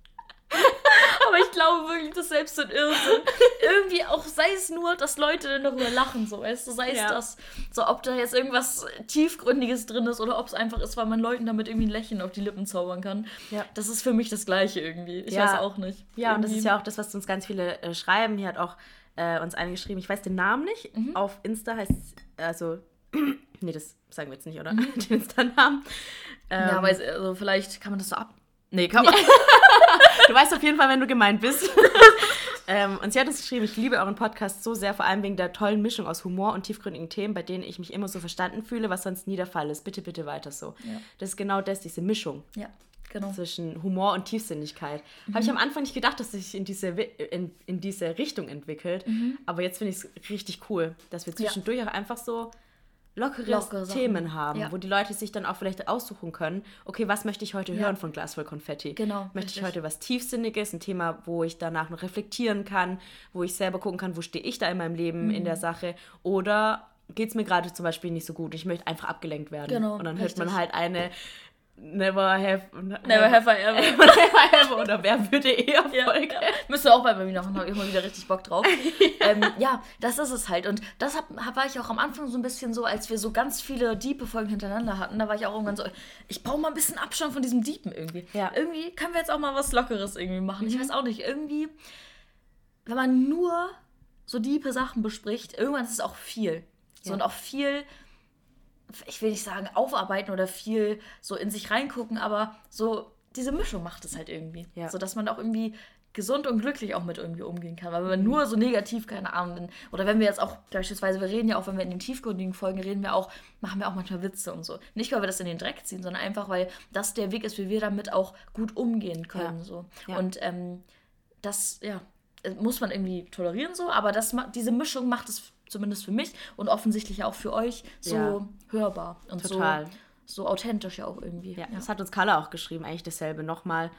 Aber ich glaube wirklich, dass selbst so ein Irrsinn irgendwie auch, sei es nur, dass Leute dann darüber lachen, so, weißt du, sei es das, so, ob da jetzt irgendwas Tiefgründiges drin ist oder ob es einfach ist, weil man Leuten damit irgendwie ein Lächeln auf die Lippen zaubern kann. Ja. Das ist für mich das Gleiche irgendwie. Ich weiß auch nicht. Ja, irgendwie. Und das ist ja auch das, was uns ganz viele schreiben. Hier hat auch uns eine geschrieben, ich weiß den Namen nicht, auf Insta heißt es, also, nee, das sagen wir jetzt nicht, oder? Den Insta-Namen. Ja, weil also vielleicht kann man das so ab... Nee, kann man... Du weißt auf jeden Fall, wenn du gemeint bist. Und sie hat uns geschrieben, ich liebe euren Podcast so sehr, vor allem wegen der tollen Mischung aus Humor und tiefgründigen Themen, bei denen ich mich immer so verstanden fühle, was sonst nie der Fall ist. Bitte, bitte weiter so. Ja. Das ist genau das, diese Mischung zwischen Humor und Tiefsinnigkeit. Habe ich am Anfang nicht gedacht, dass sich in diese Richtung entwickelt. Aber jetzt finde ich es richtig cool, dass wir zwischendurch auch einfach so lockere Themen haben, wo die Leute sich dann auch vielleicht aussuchen können, okay, was möchte ich heute hören von Glas voll Konfetti? Genau. Möchte ich heute was Tiefsinniges, ein Thema, wo ich danach noch reflektieren kann, wo ich selber gucken kann, wo stehe ich da in meinem Leben in der Sache, oder geht es mir gerade zum Beispiel nicht so gut, ich möchte einfach abgelenkt werden. Genau, und dann hört man halt eine Never have I ever oder wer würde eher Folge. Ja. Müssen wir auch bei mir machen, habe ich immer wieder richtig Bock drauf. Das ist es halt. Und das war ich auch am Anfang so ein bisschen so, als wir so ganz viele diepe Folgen hintereinander hatten, da war ich auch irgendwann so, ich brauche mal ein bisschen Abstand von diesem Diepen irgendwie. Ja. Irgendwie können wir jetzt auch mal was Lockeres irgendwie machen. Ich weiß auch nicht, irgendwie, wenn man nur so diepe Sachen bespricht, irgendwann ist es auch viel. So, und auch viel, ich will nicht sagen aufarbeiten oder viel so in sich reingucken, aber so diese Mischung macht es halt irgendwie. Ja. So, dass man auch irgendwie gesund und glücklich auch mit irgendwie umgehen kann. Weil wenn man nur so negativ, keine Ahnung, oder wenn wir jetzt auch beispielsweise, wir reden ja auch, wenn wir in den tiefgründigen Folgen machen wir auch manchmal Witze und so. Nicht, weil wir das in den Dreck ziehen, sondern einfach, weil das der Weg ist, wie wir damit auch gut umgehen können. Ja. So. Ja. Und das, muss man irgendwie tolerieren so, aber diese Mischung macht es zumindest für mich und offensichtlich auch für euch so hörbar und so authentisch ja auch irgendwie. Ja, das hat uns Carla auch geschrieben, eigentlich dasselbe nochmal,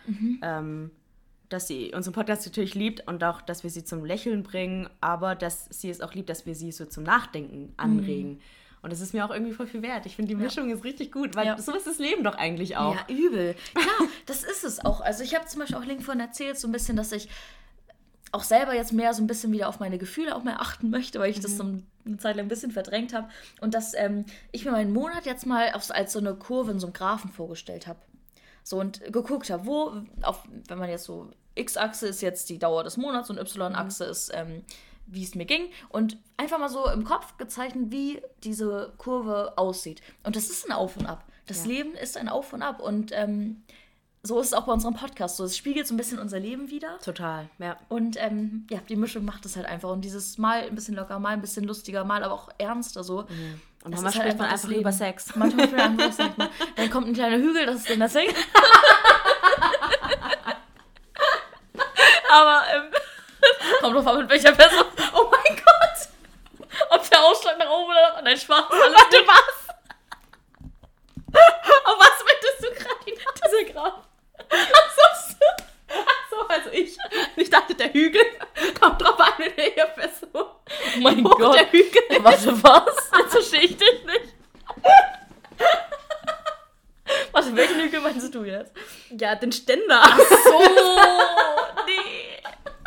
dass sie unseren Podcast natürlich liebt und auch, dass wir sie zum Lächeln bringen, aber dass sie es auch liebt, dass wir sie so zum Nachdenken anregen. Und das ist mir auch irgendwie voll viel wert. Ich finde, die Mischung ist richtig gut, weil so ist das Leben doch eigentlich auch. Ja, übel. Klar, das ist es auch. Also ich habe zum Beispiel auch Link vorhin erzählt, so ein bisschen, dass ich auch selber jetzt mehr so ein bisschen wieder auf meine Gefühle auch mehr achten möchte, weil ich das so eine Zeit lang ein bisschen verdrängt habe. Und dass ich mir meinen Monat jetzt mal als so eine Kurve in so einem Graphen vorgestellt habe. So, und geguckt habe, wenn man jetzt so, X-Achse ist jetzt die Dauer des Monats und Y-Achse ist, wie es mir ging. Und einfach mal so im Kopf gezeichnet, wie diese Kurve aussieht. Und das ist ein Auf und Ab. Das Leben ist ein Auf und Ab. Und so ist es auch bei unserem Podcast. So, es spiegelt so ein bisschen unser Leben wider. Total, ja. Und die Mischung macht es halt einfach. Und dieses Mal ein bisschen locker, mal ein bisschen lustiger, mal aber auch ernster so. Mhm. Und manchmal spricht man einfach über Sex. Manchmal spricht man einfach über Sex. Dann kommt ein kleiner Hügel, das ist der Sex. Aber kommt drauf an, mit welcher Person. Oh mein Gott! Ob der Ausschlag nach oben oder nach unten. Nein, Spaß. Warte, was? Auf was möchtest du gerade? Dieser Graph. Achso, also ich dachte, der Hügel kommt drauf an, mit welcher Person. Oh mein Gott. Der Hügel. Warte, was? Jetzt verstehe ich dich nicht. Warte, welchen Hügel meinst du jetzt? Ja, den Ständer. Ach so, nee.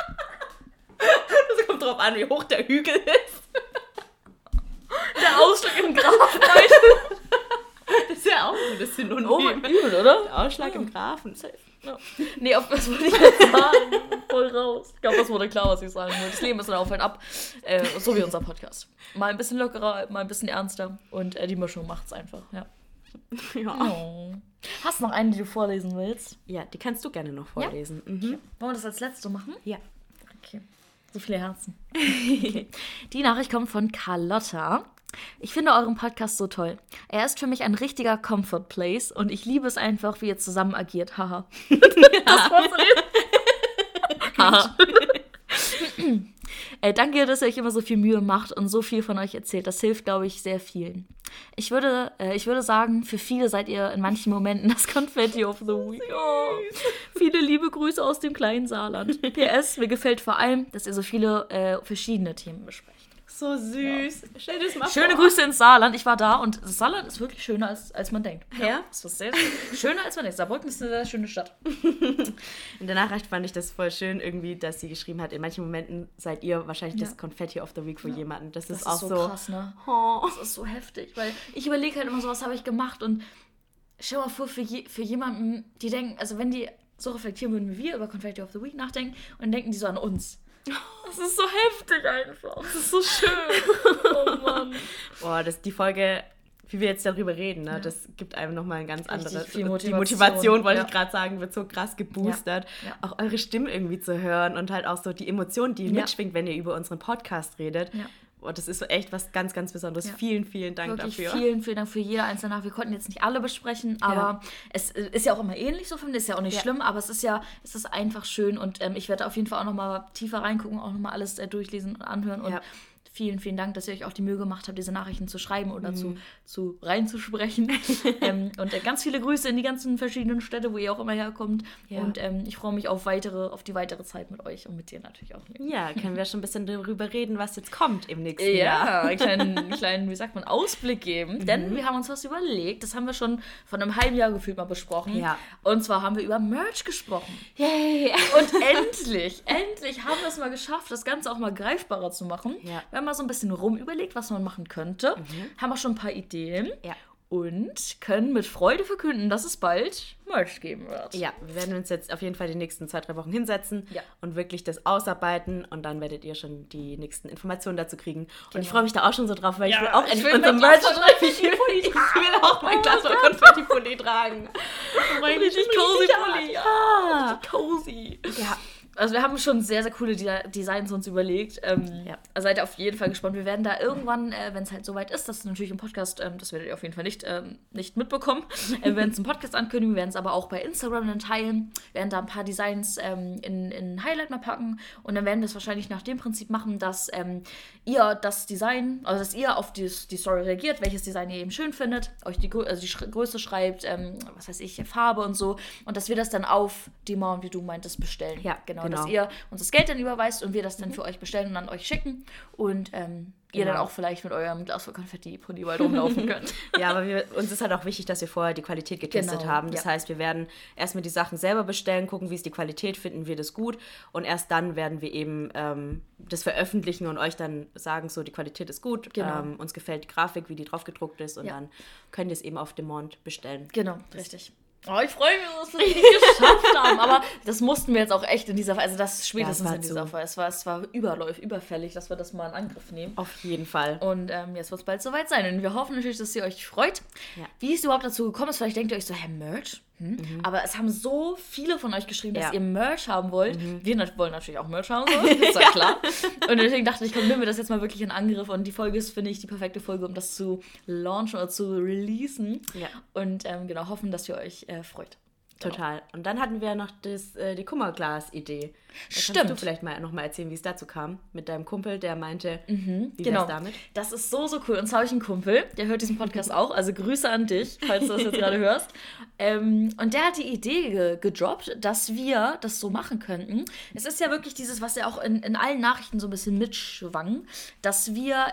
Das kommt drauf an, wie hoch der Hügel ist. Der Ausschlag im Graphen. Das ist ja auch gut. das Synonym. Oh, übel, oder? Der Ausschlag im Graphen. No. Nee, auf was wollte ich jetzt sagen? Voll raus. Ich glaube, das wurde klar, was ich sagen wollte. Das Leben ist ein Auf und Ab. So wie unser Podcast. Mal ein bisschen lockerer, mal ein bisschen ernster. Und die Mischung macht's einfach, ja. Oh. Hast du noch eine, die du vorlesen willst? Ja, die kannst du gerne noch vorlesen. Ja? Okay. Wollen wir das als letzte machen? Ja. Okay. So viele Herzen. Okay. Die Nachricht kommt von Carlotta. Ich finde euren Podcast so toll. Er ist für mich ein richtiger Comfort Place und ich liebe es einfach, wie ihr zusammen agiert. Haha. Das war so. Haha. Danke, dass ihr euch immer so viel Mühe macht und so viel von euch erzählt. Das hilft, glaube ich, sehr vielen. Ich würde sagen, für viele seid ihr in manchen Momenten das Confetti of the Week. Oh. Viele liebe Grüße aus dem kleinen Saarland. PS, mir gefällt vor allem, dass ihr so viele verschiedene Themen besprecht. So süß. Ja. Stell dir das mal Schöne vor. Grüße ins Saarland. Ich war da und das Saarland ist wirklich schöner, als man denkt. Ja? Das ist sehr schöner, als man denkt. Saarbrücken ist eine sehr schöne Stadt. In der Nachricht fand ich das voll schön, irgendwie, dass sie geschrieben hat, in manchen Momenten seid ihr wahrscheinlich das Confetti of the Week für jemanden. Das ist auch so krass, ne? Oh. Das ist so heftig, weil ich überlege halt immer so, was habe ich gemacht und stell mal vor, für jemanden, die denken, also wenn die so reflektieren würden wie wir über Confetti of the Week nachdenken und dann denken die so an uns. Das ist so heftig einfach. Das ist so schön. Oh Mann. Boah, die Folge, wie wir jetzt darüber reden, ne, das gibt einem nochmal ein ganz anderes. Die Motivation, wollte ich gerade sagen, wird so krass geboostert. Ja. Auch eure Stimme irgendwie zu hören und halt auch so die Emotion, die mitschwingt, wenn ihr über unseren Podcast redet. Ja. Oh, das ist so echt was ganz, ganz Besonderes. Ja. Vielen, vielen Dank wirklich dafür. Vielen, vielen Dank für jede einzelne Nachricht. Wir konnten jetzt nicht alle besprechen, aber es ist ja auch immer ähnlich so, finde ich. Ist ja auch nicht schlimm, aber es ist einfach schön und ich werde auf jeden Fall auch nochmal tiefer reingucken, auch nochmal alles durchlesen und anhören und vielen, vielen Dank, dass ihr euch auch die Mühe gemacht habt, diese Nachrichten zu schreiben oder zu reinzusprechen. Und ganz viele Grüße in die ganzen verschiedenen Städte, wo ihr auch immer herkommt. Ja. Und ich freue mich auf die weitere Zeit mit euch und mit dir natürlich auch. Ja, können wir schon ein bisschen darüber reden, was jetzt kommt im nächsten Jahr. Ja, einen kleinen, wie sagt man, Ausblick geben. Denn wir haben uns was überlegt. Das haben wir schon vor einem halben Jahr gefühlt mal besprochen. Ja. Und zwar haben wir über Merch gesprochen. Yay! Und endlich haben wir es mal geschafft, das Ganze auch mal greifbarer zu machen. Ja. Wir haben mal so ein bisschen rumüberlegt, was man machen könnte. Haben auch schon ein paar Ideen. Ja. Und können mit Freude verkünden, dass es bald Merch geben wird. Ja, wir werden uns jetzt auf jeden Fall die nächsten 2-3 Wochen hinsetzen und wirklich das ausarbeiten und dann werdet ihr schon die nächsten Informationen dazu kriegen. Und ich freue mich da auch schon so drauf, weil ich will auch endlich unser Merch Ich will auch mein Glas von Konfetti-Pulli tragen. Mein richtig cozy Pulli. Ja, cozy. Ja. Also wir haben schon sehr, sehr coole Designs uns überlegt. Also seid ihr auf jeden Fall gespannt. Wir werden da irgendwann, wenn es halt soweit ist, das ist natürlich im Podcast, das werdet ihr auf jeden Fall nicht mitbekommen. Wir werden es im Podcast ankündigen, wir werden es aber auch bei Instagram dann teilen, werden da ein paar Designs in Highlight mal packen und dann werden wir es wahrscheinlich nach dem Prinzip machen, dass ihr das Design, also dass ihr auf die Story reagiert, welches Design ihr eben schön findet, euch die Größe schreibt, was weiß ich, Farbe und so und dass wir das dann auf die Mount, wie du meintest, bestellen. Ja, genau. Dass ihr uns das Geld dann überweist und wir das dann für euch bestellen und an euch schicken und ihr dann auch vielleicht mit eurem Glas von Konfetti-Pulli bald rumlaufen könnt. Ja, aber uns ist halt auch wichtig, dass wir vorher die Qualität getestet haben. Das heißt, wir werden erstmal die Sachen selber bestellen, gucken, wie ist die Qualität, finden wir das gut und erst dann werden wir eben das veröffentlichen und euch dann sagen, so die Qualität ist gut, uns gefällt die Grafik, wie die drauf gedruckt ist und dann könnt ihr es eben auf Demont bestellen. Genau, richtig. Oh, ich freue mich, dass wir es nicht geschafft haben. Aber das mussten wir jetzt auch echt in dieser Folge, also das spätestens in dieser Folge. Es war überfällig, dass wir das mal in Angriff nehmen. Auf jeden Fall. Und jetzt wird es bald soweit sein. Und wir hoffen natürlich, dass ihr euch freut. Ja. Wie es überhaupt dazu gekommen ist, vielleicht denkt ihr euch so, Merch? Aber es haben so viele von euch geschrieben, dass ihr Merch haben wollt. Wir wollen natürlich auch Merch haben, so. Ist ja klar. Und deswegen dachte ich, komm, nehmen wir das jetzt mal wirklich in Angriff. Und die Folge ist, finde ich, die perfekte Folge, um das zu launchen oder zu releasen. Ja. Und hoffen, dass ihr euch freut. Total. Und dann hatten wir noch die Kummerglas-Idee. Stimmt. Kannst du vielleicht mal nochmal erzählen, wie es dazu kam? Mit deinem Kumpel, der meinte, wie wär's damit? Das ist so, so cool. Und zwar habe ich einen Kumpel, der hört diesen Podcast auch. Also Grüße an dich, falls du das jetzt gerade hörst. Und der hat die Idee gedroppt, dass wir das so machen könnten. Es ist ja wirklich dieses, was ja auch in allen Nachrichten so ein bisschen mitschwang, dass wir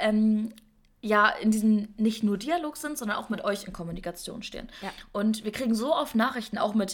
in diesem nicht nur Dialog sind, sondern auch mit euch in Kommunikation stehen. Ja. Und wir kriegen so oft Nachrichten, auch mit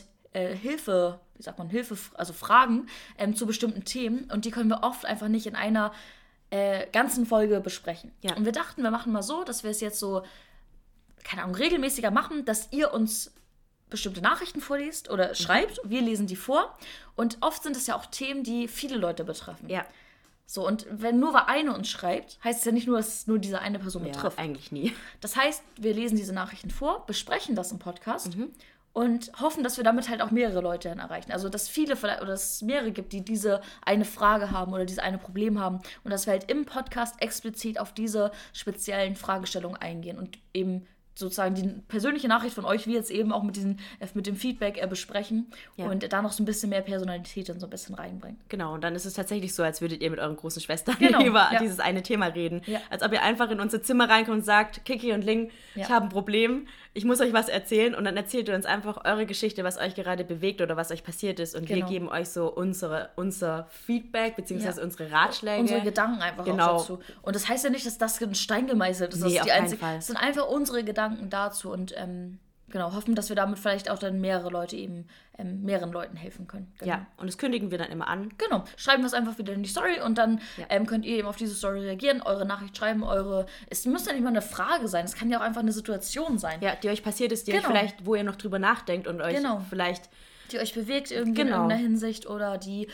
also Fragen zu bestimmten Themen. Und die können wir oft einfach nicht in einer ganzen Folge besprechen. Ja. Und wir dachten, wir machen mal so, dass wir es jetzt so keine Ahnung, regelmäßiger machen, dass ihr uns bestimmte Nachrichten vorliest oder schreibt. Wir lesen die vor. Und oft sind es ja auch Themen, die viele Leute betreffen. Ja. So, und wenn nur eine uns schreibt, heißt es ja nicht nur, dass es nur diese eine Person betrifft. Eigentlich nie. Das heißt, wir lesen diese Nachrichten vor, besprechen das im Podcast und hoffen, dass wir damit halt auch mehrere Leute dann erreichen. Also, dass viele vielleicht, oder dass es mehrere gibt, die diese eine Frage haben oder dieses eine Problem haben und dass wir halt im Podcast explizit auf diese speziellen Fragestellungen eingehen und eben sozusagen die persönliche Nachricht von euch, wie jetzt eben auch mit dem Feedback besprechen und da noch so ein bisschen mehr Personalität und so ein bisschen reinbringen. Genau, und dann ist es tatsächlich so, als würdet ihr mit euren großen Schwestern über dieses eine Thema reden. Ja. Als ob ihr einfach in unser Zimmer reinkommt und sagt, Kiki und Ling, ich habe ein Problem, ich muss euch was erzählen und dann erzählt ihr uns einfach eure Geschichte, was euch gerade bewegt oder was euch passiert ist und wir geben euch so unser Feedback beziehungsweise unsere Ratschläge. Unsere Gedanken einfach auch dazu. Und das heißt ja nicht, dass das in Stein gemeißelt ist. Nee, auf keinen Fall. Es sind einfach unsere Gedanken dazu und hoffen, dass wir damit vielleicht auch dann mehrere Leute eben mehreren Leuten helfen können. Genau. Ja, und das kündigen wir dann immer an. Genau, schreiben wir es einfach wieder in die Story und dann könnt ihr eben auf diese Story reagieren, eure Nachricht schreiben, es muss ja nicht mal eine Frage sein, es kann ja auch einfach eine Situation sein. Ja, die euch passiert ist, die euch vielleicht, wo ihr noch drüber nachdenkt und euch vielleicht... Die euch bewegt irgendwie in irgendeiner Hinsicht oder die...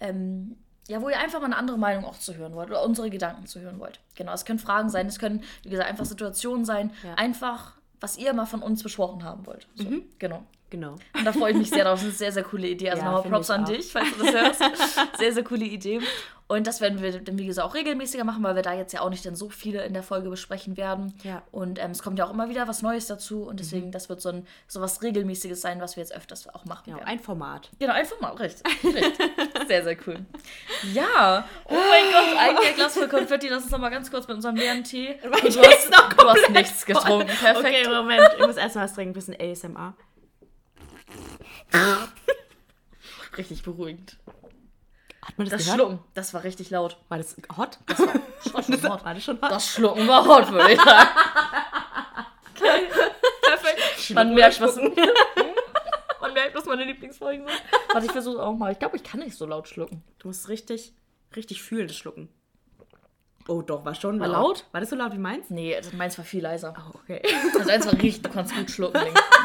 wo ihr einfach mal eine andere Meinung auch zu hören wollt oder unsere Gedanken zu hören wollt. Genau, es können Fragen sein, es können, wie gesagt, einfach Situationen sein, einfach, was ihr mal von uns besprochen haben wollt. So, genau. Und da freue ich mich sehr drauf, das ist eine sehr, sehr coole Idee. Also nochmal Props an dich, falls du das hörst. Sehr, sehr coole Idee. Und das werden wir dann, wie gesagt, auch regelmäßiger machen, weil wir da jetzt ja auch nicht dann so viele in der Folge besprechen werden. Ja. Und es kommt ja auch immer wieder was Neues dazu. Und deswegen, das wird so was Regelmäßiges sein, was wir jetzt öfters auch machen werden. Ein Format. Genau, ein Format, richtig. Sehr, sehr cool. Ja, oh mein Gott, ein Glas voll Konfetti. Lass uns noch mal ganz kurz mit unserem leeren Tee. Du hast nichts getrunken. Perfekt. Okay, Moment. Ich muss erstmal was trinken. Ein bisschen ASMR. Richtig beruhigend. Hat man das gehört? Schlucken, das war richtig laut. War das hot? Das war schon hot. War das schon hot? Das Schlucken war hot, würde ich sagen. Okay. Perfekt. Man merkt, was meine Lieblingsfolgen sind. Warte, ich versuche auch mal. Ich glaube, ich kann nicht so laut schlucken. Du musst richtig fühlen, das Schlucken. Oh doch, war schon laut. War laut? War das so laut wie meins? Nee, meins war viel leiser. Oh, okay. Also eins war richtig, du kannst gut schlucken.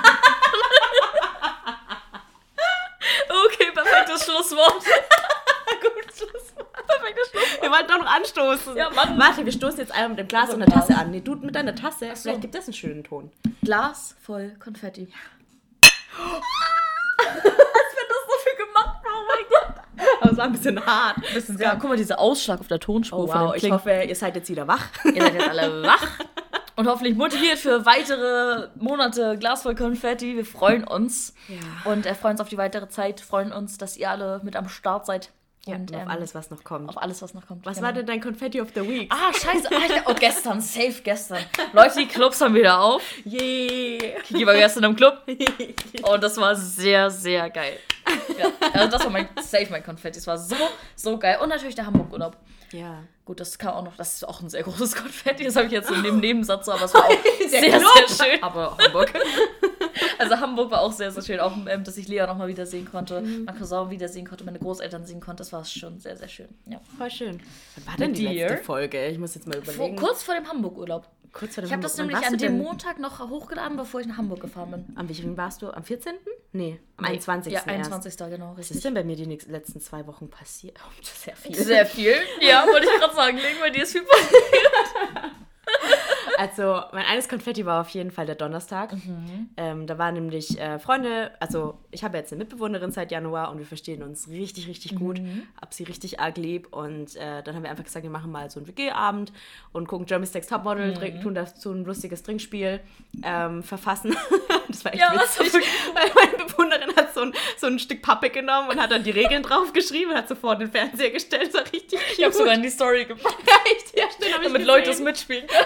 Okay, perfektes Schlusswort. Gutes Schlusswort. Perfektes Schlusswort. Wir wollten doch noch anstoßen. Ja, Mann. Warte, wir stoßen jetzt einmal mit dem Glas und der Tasse an. Nee, du mit deiner Tasse. So. Vielleicht gibt das einen schönen Ton. Glas voll Konfetti. Ja. Als wenn das so viel gemacht war, oh mein Gott. Aber es war ein bisschen hart. Ja, guck mal, dieser Ausschlag auf der Tonspur von dem Ich hoffe, ihr seid jetzt wieder wach. Ihr seid jetzt alle wach. Und hoffentlich motiviert für weitere Monate Glas voll Konfetti. Wir freuen uns. Ja. Und freuen uns auf die weitere Zeit. Freuen uns, dass ihr alle mit am Start seid. Ja, und auf alles, was noch kommt. Auf alles, was noch kommt. Was war denn dein Confetti of the Week? Ah, scheiße. Gestern. Safe gestern. Leute, die Clubs haben wieder auf. Yay. Kiki war gestern im Club. Und das war sehr, sehr geil. Ja, also das war safe mein Konfetti. Es war so, so geil. Und natürlich der Hamburg-Urlaub. Ja. Gut, das ist auch ein sehr großes Konfetti. Das habe ich jetzt so im Nebensatz, aber es war auch sehr, sehr schön. Aber Hamburg. Also Hamburg war auch sehr, sehr schön. Auch, dass ich Lea nochmal wiedersehen konnte, mein Cousin wiedersehen konnte, meine Großeltern sehen konnte. Das war schon sehr, sehr schön. Ja. Voll schön. Wann war denn die letzte Folge? Ich muss jetzt mal überlegen. Kurz vor dem Hamburg-Urlaub. Ich habe das nämlich an dem Montag noch hochgeladen, bevor ich nach Hamburg gefahren bin. Am welchen warst du? Am 14.? Nee, am 21. Ja, 21. Genau, richtig. Was ist denn bei mir die letzten 2 Wochen passiert? Oh, sehr viel. Sehr viel. Ja, wollte ich gerade sagen. Bei dir ist viel passiert. Also, mein eines Konfetti war auf jeden Fall der Donnerstag. Da waren nämlich Freunde, also ich habe jetzt eine Mitbewohnerin seit Januar und wir verstehen uns richtig, richtig gut. Hab sie richtig arg lieb und dann haben wir einfach gesagt, wir machen mal so einen WG-Abend und gucken Jeremy's Next Topmodel, tun dazu ein lustiges Trinkspiel, verfassen. Das war echt witzig, weil meine Mitbewohnerin hat so ein Stück Pappe genommen und hat dann die Regeln draufgeschrieben und hat sofort den Fernseher gestellt. Das war richtig cute. Ich habe sogar in die Story gepackt. Echt? Ja, stimmt, damit Leute das mitspielen können.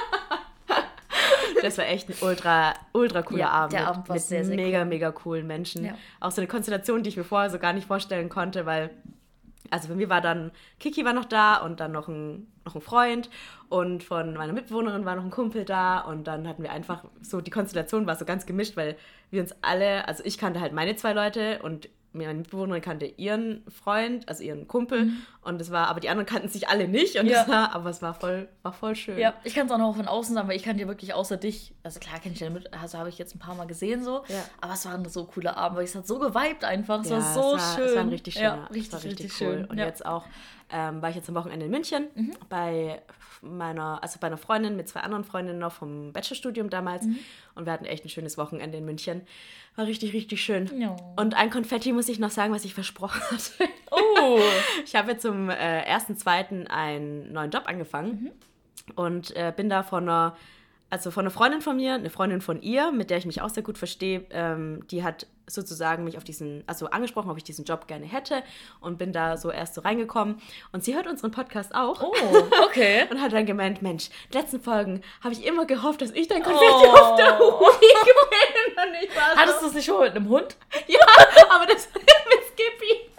Das war echt ein ultra cooler Abend. Der Abend war mit sehr, sehr mega, cool. mega coolen Menschen. Ja. Auch so eine Konstellation, die ich mir vorher so gar nicht vorstellen konnte, weil, also bei mir war dann, Kiki war noch da und dann noch ein Freund und von meiner Mitbewohnerin war noch ein Kumpel da und dann hatten wir einfach so, die Konstellation war so ganz gemischt, weil wir uns alle, also ich kannte halt meine 2 Leute und meine Mitbewohnerin kannte ihren Freund, also ihren Kumpel und aber die anderen kannten sich alle nicht und aber es war voll schön. Ja, ich kann es auch noch von außen sagen, weil ich kannte ja wirklich außer dich, also klar kenne ich den also habe ich jetzt ein paar Mal gesehen so, aber es waren so coole Abende, weil es hat so geweibt einfach, es war so schön. Es war ein richtig schöner, richtig cool. schön. Und jetzt auch war ich jetzt am Wochenende in München bei einer Freundin mit 2 anderen Freundinnen noch vom Bachelorstudium damals und wir hatten echt ein schönes Wochenende in München. War richtig, richtig schön. Ja. Und ein Konfetti muss ich noch sagen, was ich versprochen hatte. Oh! Ich habe jetzt zum 1.2. einen neuen Job angefangen und bin da von einer Freundin von mir, eine Freundin von ihr, mit der ich mich auch sehr gut verstehe, die hat sozusagen mich angesprochen, ob ich diesen Job gerne hätte und bin da so erst so reingekommen und sie hört unseren Podcast auch. Oh, okay. Und hat dann gemeint, Mensch, in den letzten Folgen habe ich immer gehofft, dass ich dein Konfetti auf der Wii gewinne. Und ich war so, hattest du es nicht schon mit einem Hund? Ja, aber das war mit Skippy.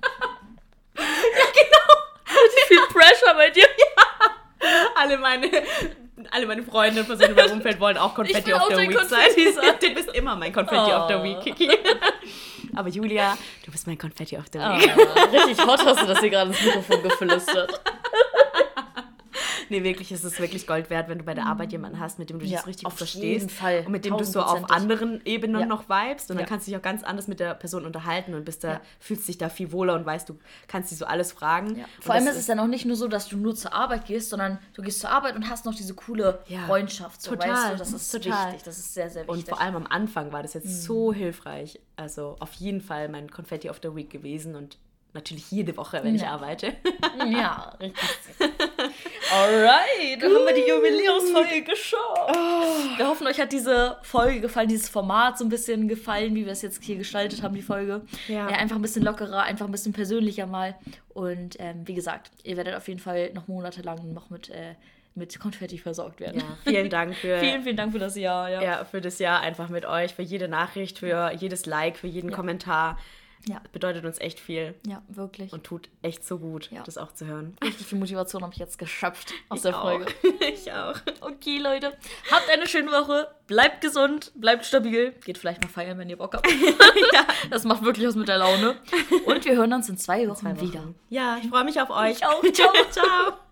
Ja, genau. Viel Pressure bei dir. Ja. Alle meine Freunde und Personen in meinem Umfeld wollen auch Konfetti auf der Week sein. Du bist immer mein Konfetti auf der Week, Kiki. Aber Julia, du bist mein Konfetti auf der Week. Richtig hot hast du das hier gerade ins Mikrofon geflüstert. Nee, wirklich, es ist wirklich Gold wert, wenn du bei der Arbeit jemanden hast, mit dem du dich richtig gut verstehst. Jeden Fall. Und mit dem du so auf anderen Ebenen noch vibest. Und dann kannst du dich auch ganz anders mit der Person unterhalten und fühlst dich da viel wohler und weißt, du kannst dich so alles fragen. Ja. Vor allem ist es dann auch nicht nur so, dass du nur zur Arbeit gehst, sondern du gehst zur Arbeit und hast noch diese coole Freundschaft. So, total. Weißt du, das ist wichtig. Das ist sehr, sehr wichtig. Und vor allem am Anfang war das jetzt so hilfreich. Also auf jeden Fall mein Konfetti of the Week gewesen und natürlich jede Woche, wenn ich arbeite. Ja, richtig. Alright, dann haben wir die Jubiläumsfolge geschafft. Wir hoffen, euch hat diese Folge gefallen, dieses Format so ein bisschen gefallen, wie wir es jetzt hier gestaltet haben, die Folge. Ja, einfach ein bisschen lockerer, einfach ein bisschen persönlicher mal. Und wie gesagt, ihr werdet auf jeden Fall noch monatelang noch mit Konfetti versorgt werden. Ja, vielen Dank für... vielen Dank für das Jahr. Ja, für das Jahr einfach mit euch, für jede Nachricht, für jedes Like, für jeden Kommentar. Ja. Bedeutet uns echt viel. Ja, wirklich. Und tut echt so gut, das auch zu hören. Richtig viel Motivation habe ich jetzt geschöpft aus der Folge. Ich auch. Okay, Leute. Habt eine schöne Woche. Bleibt gesund. Bleibt stabil. Geht vielleicht mal feiern, wenn ihr Bock habt. Das macht wirklich was mit der Laune. Und wir hören uns in 2 Wochen wieder. Ja, ich freue mich auf euch. Ich auch. Ciao. Ciao.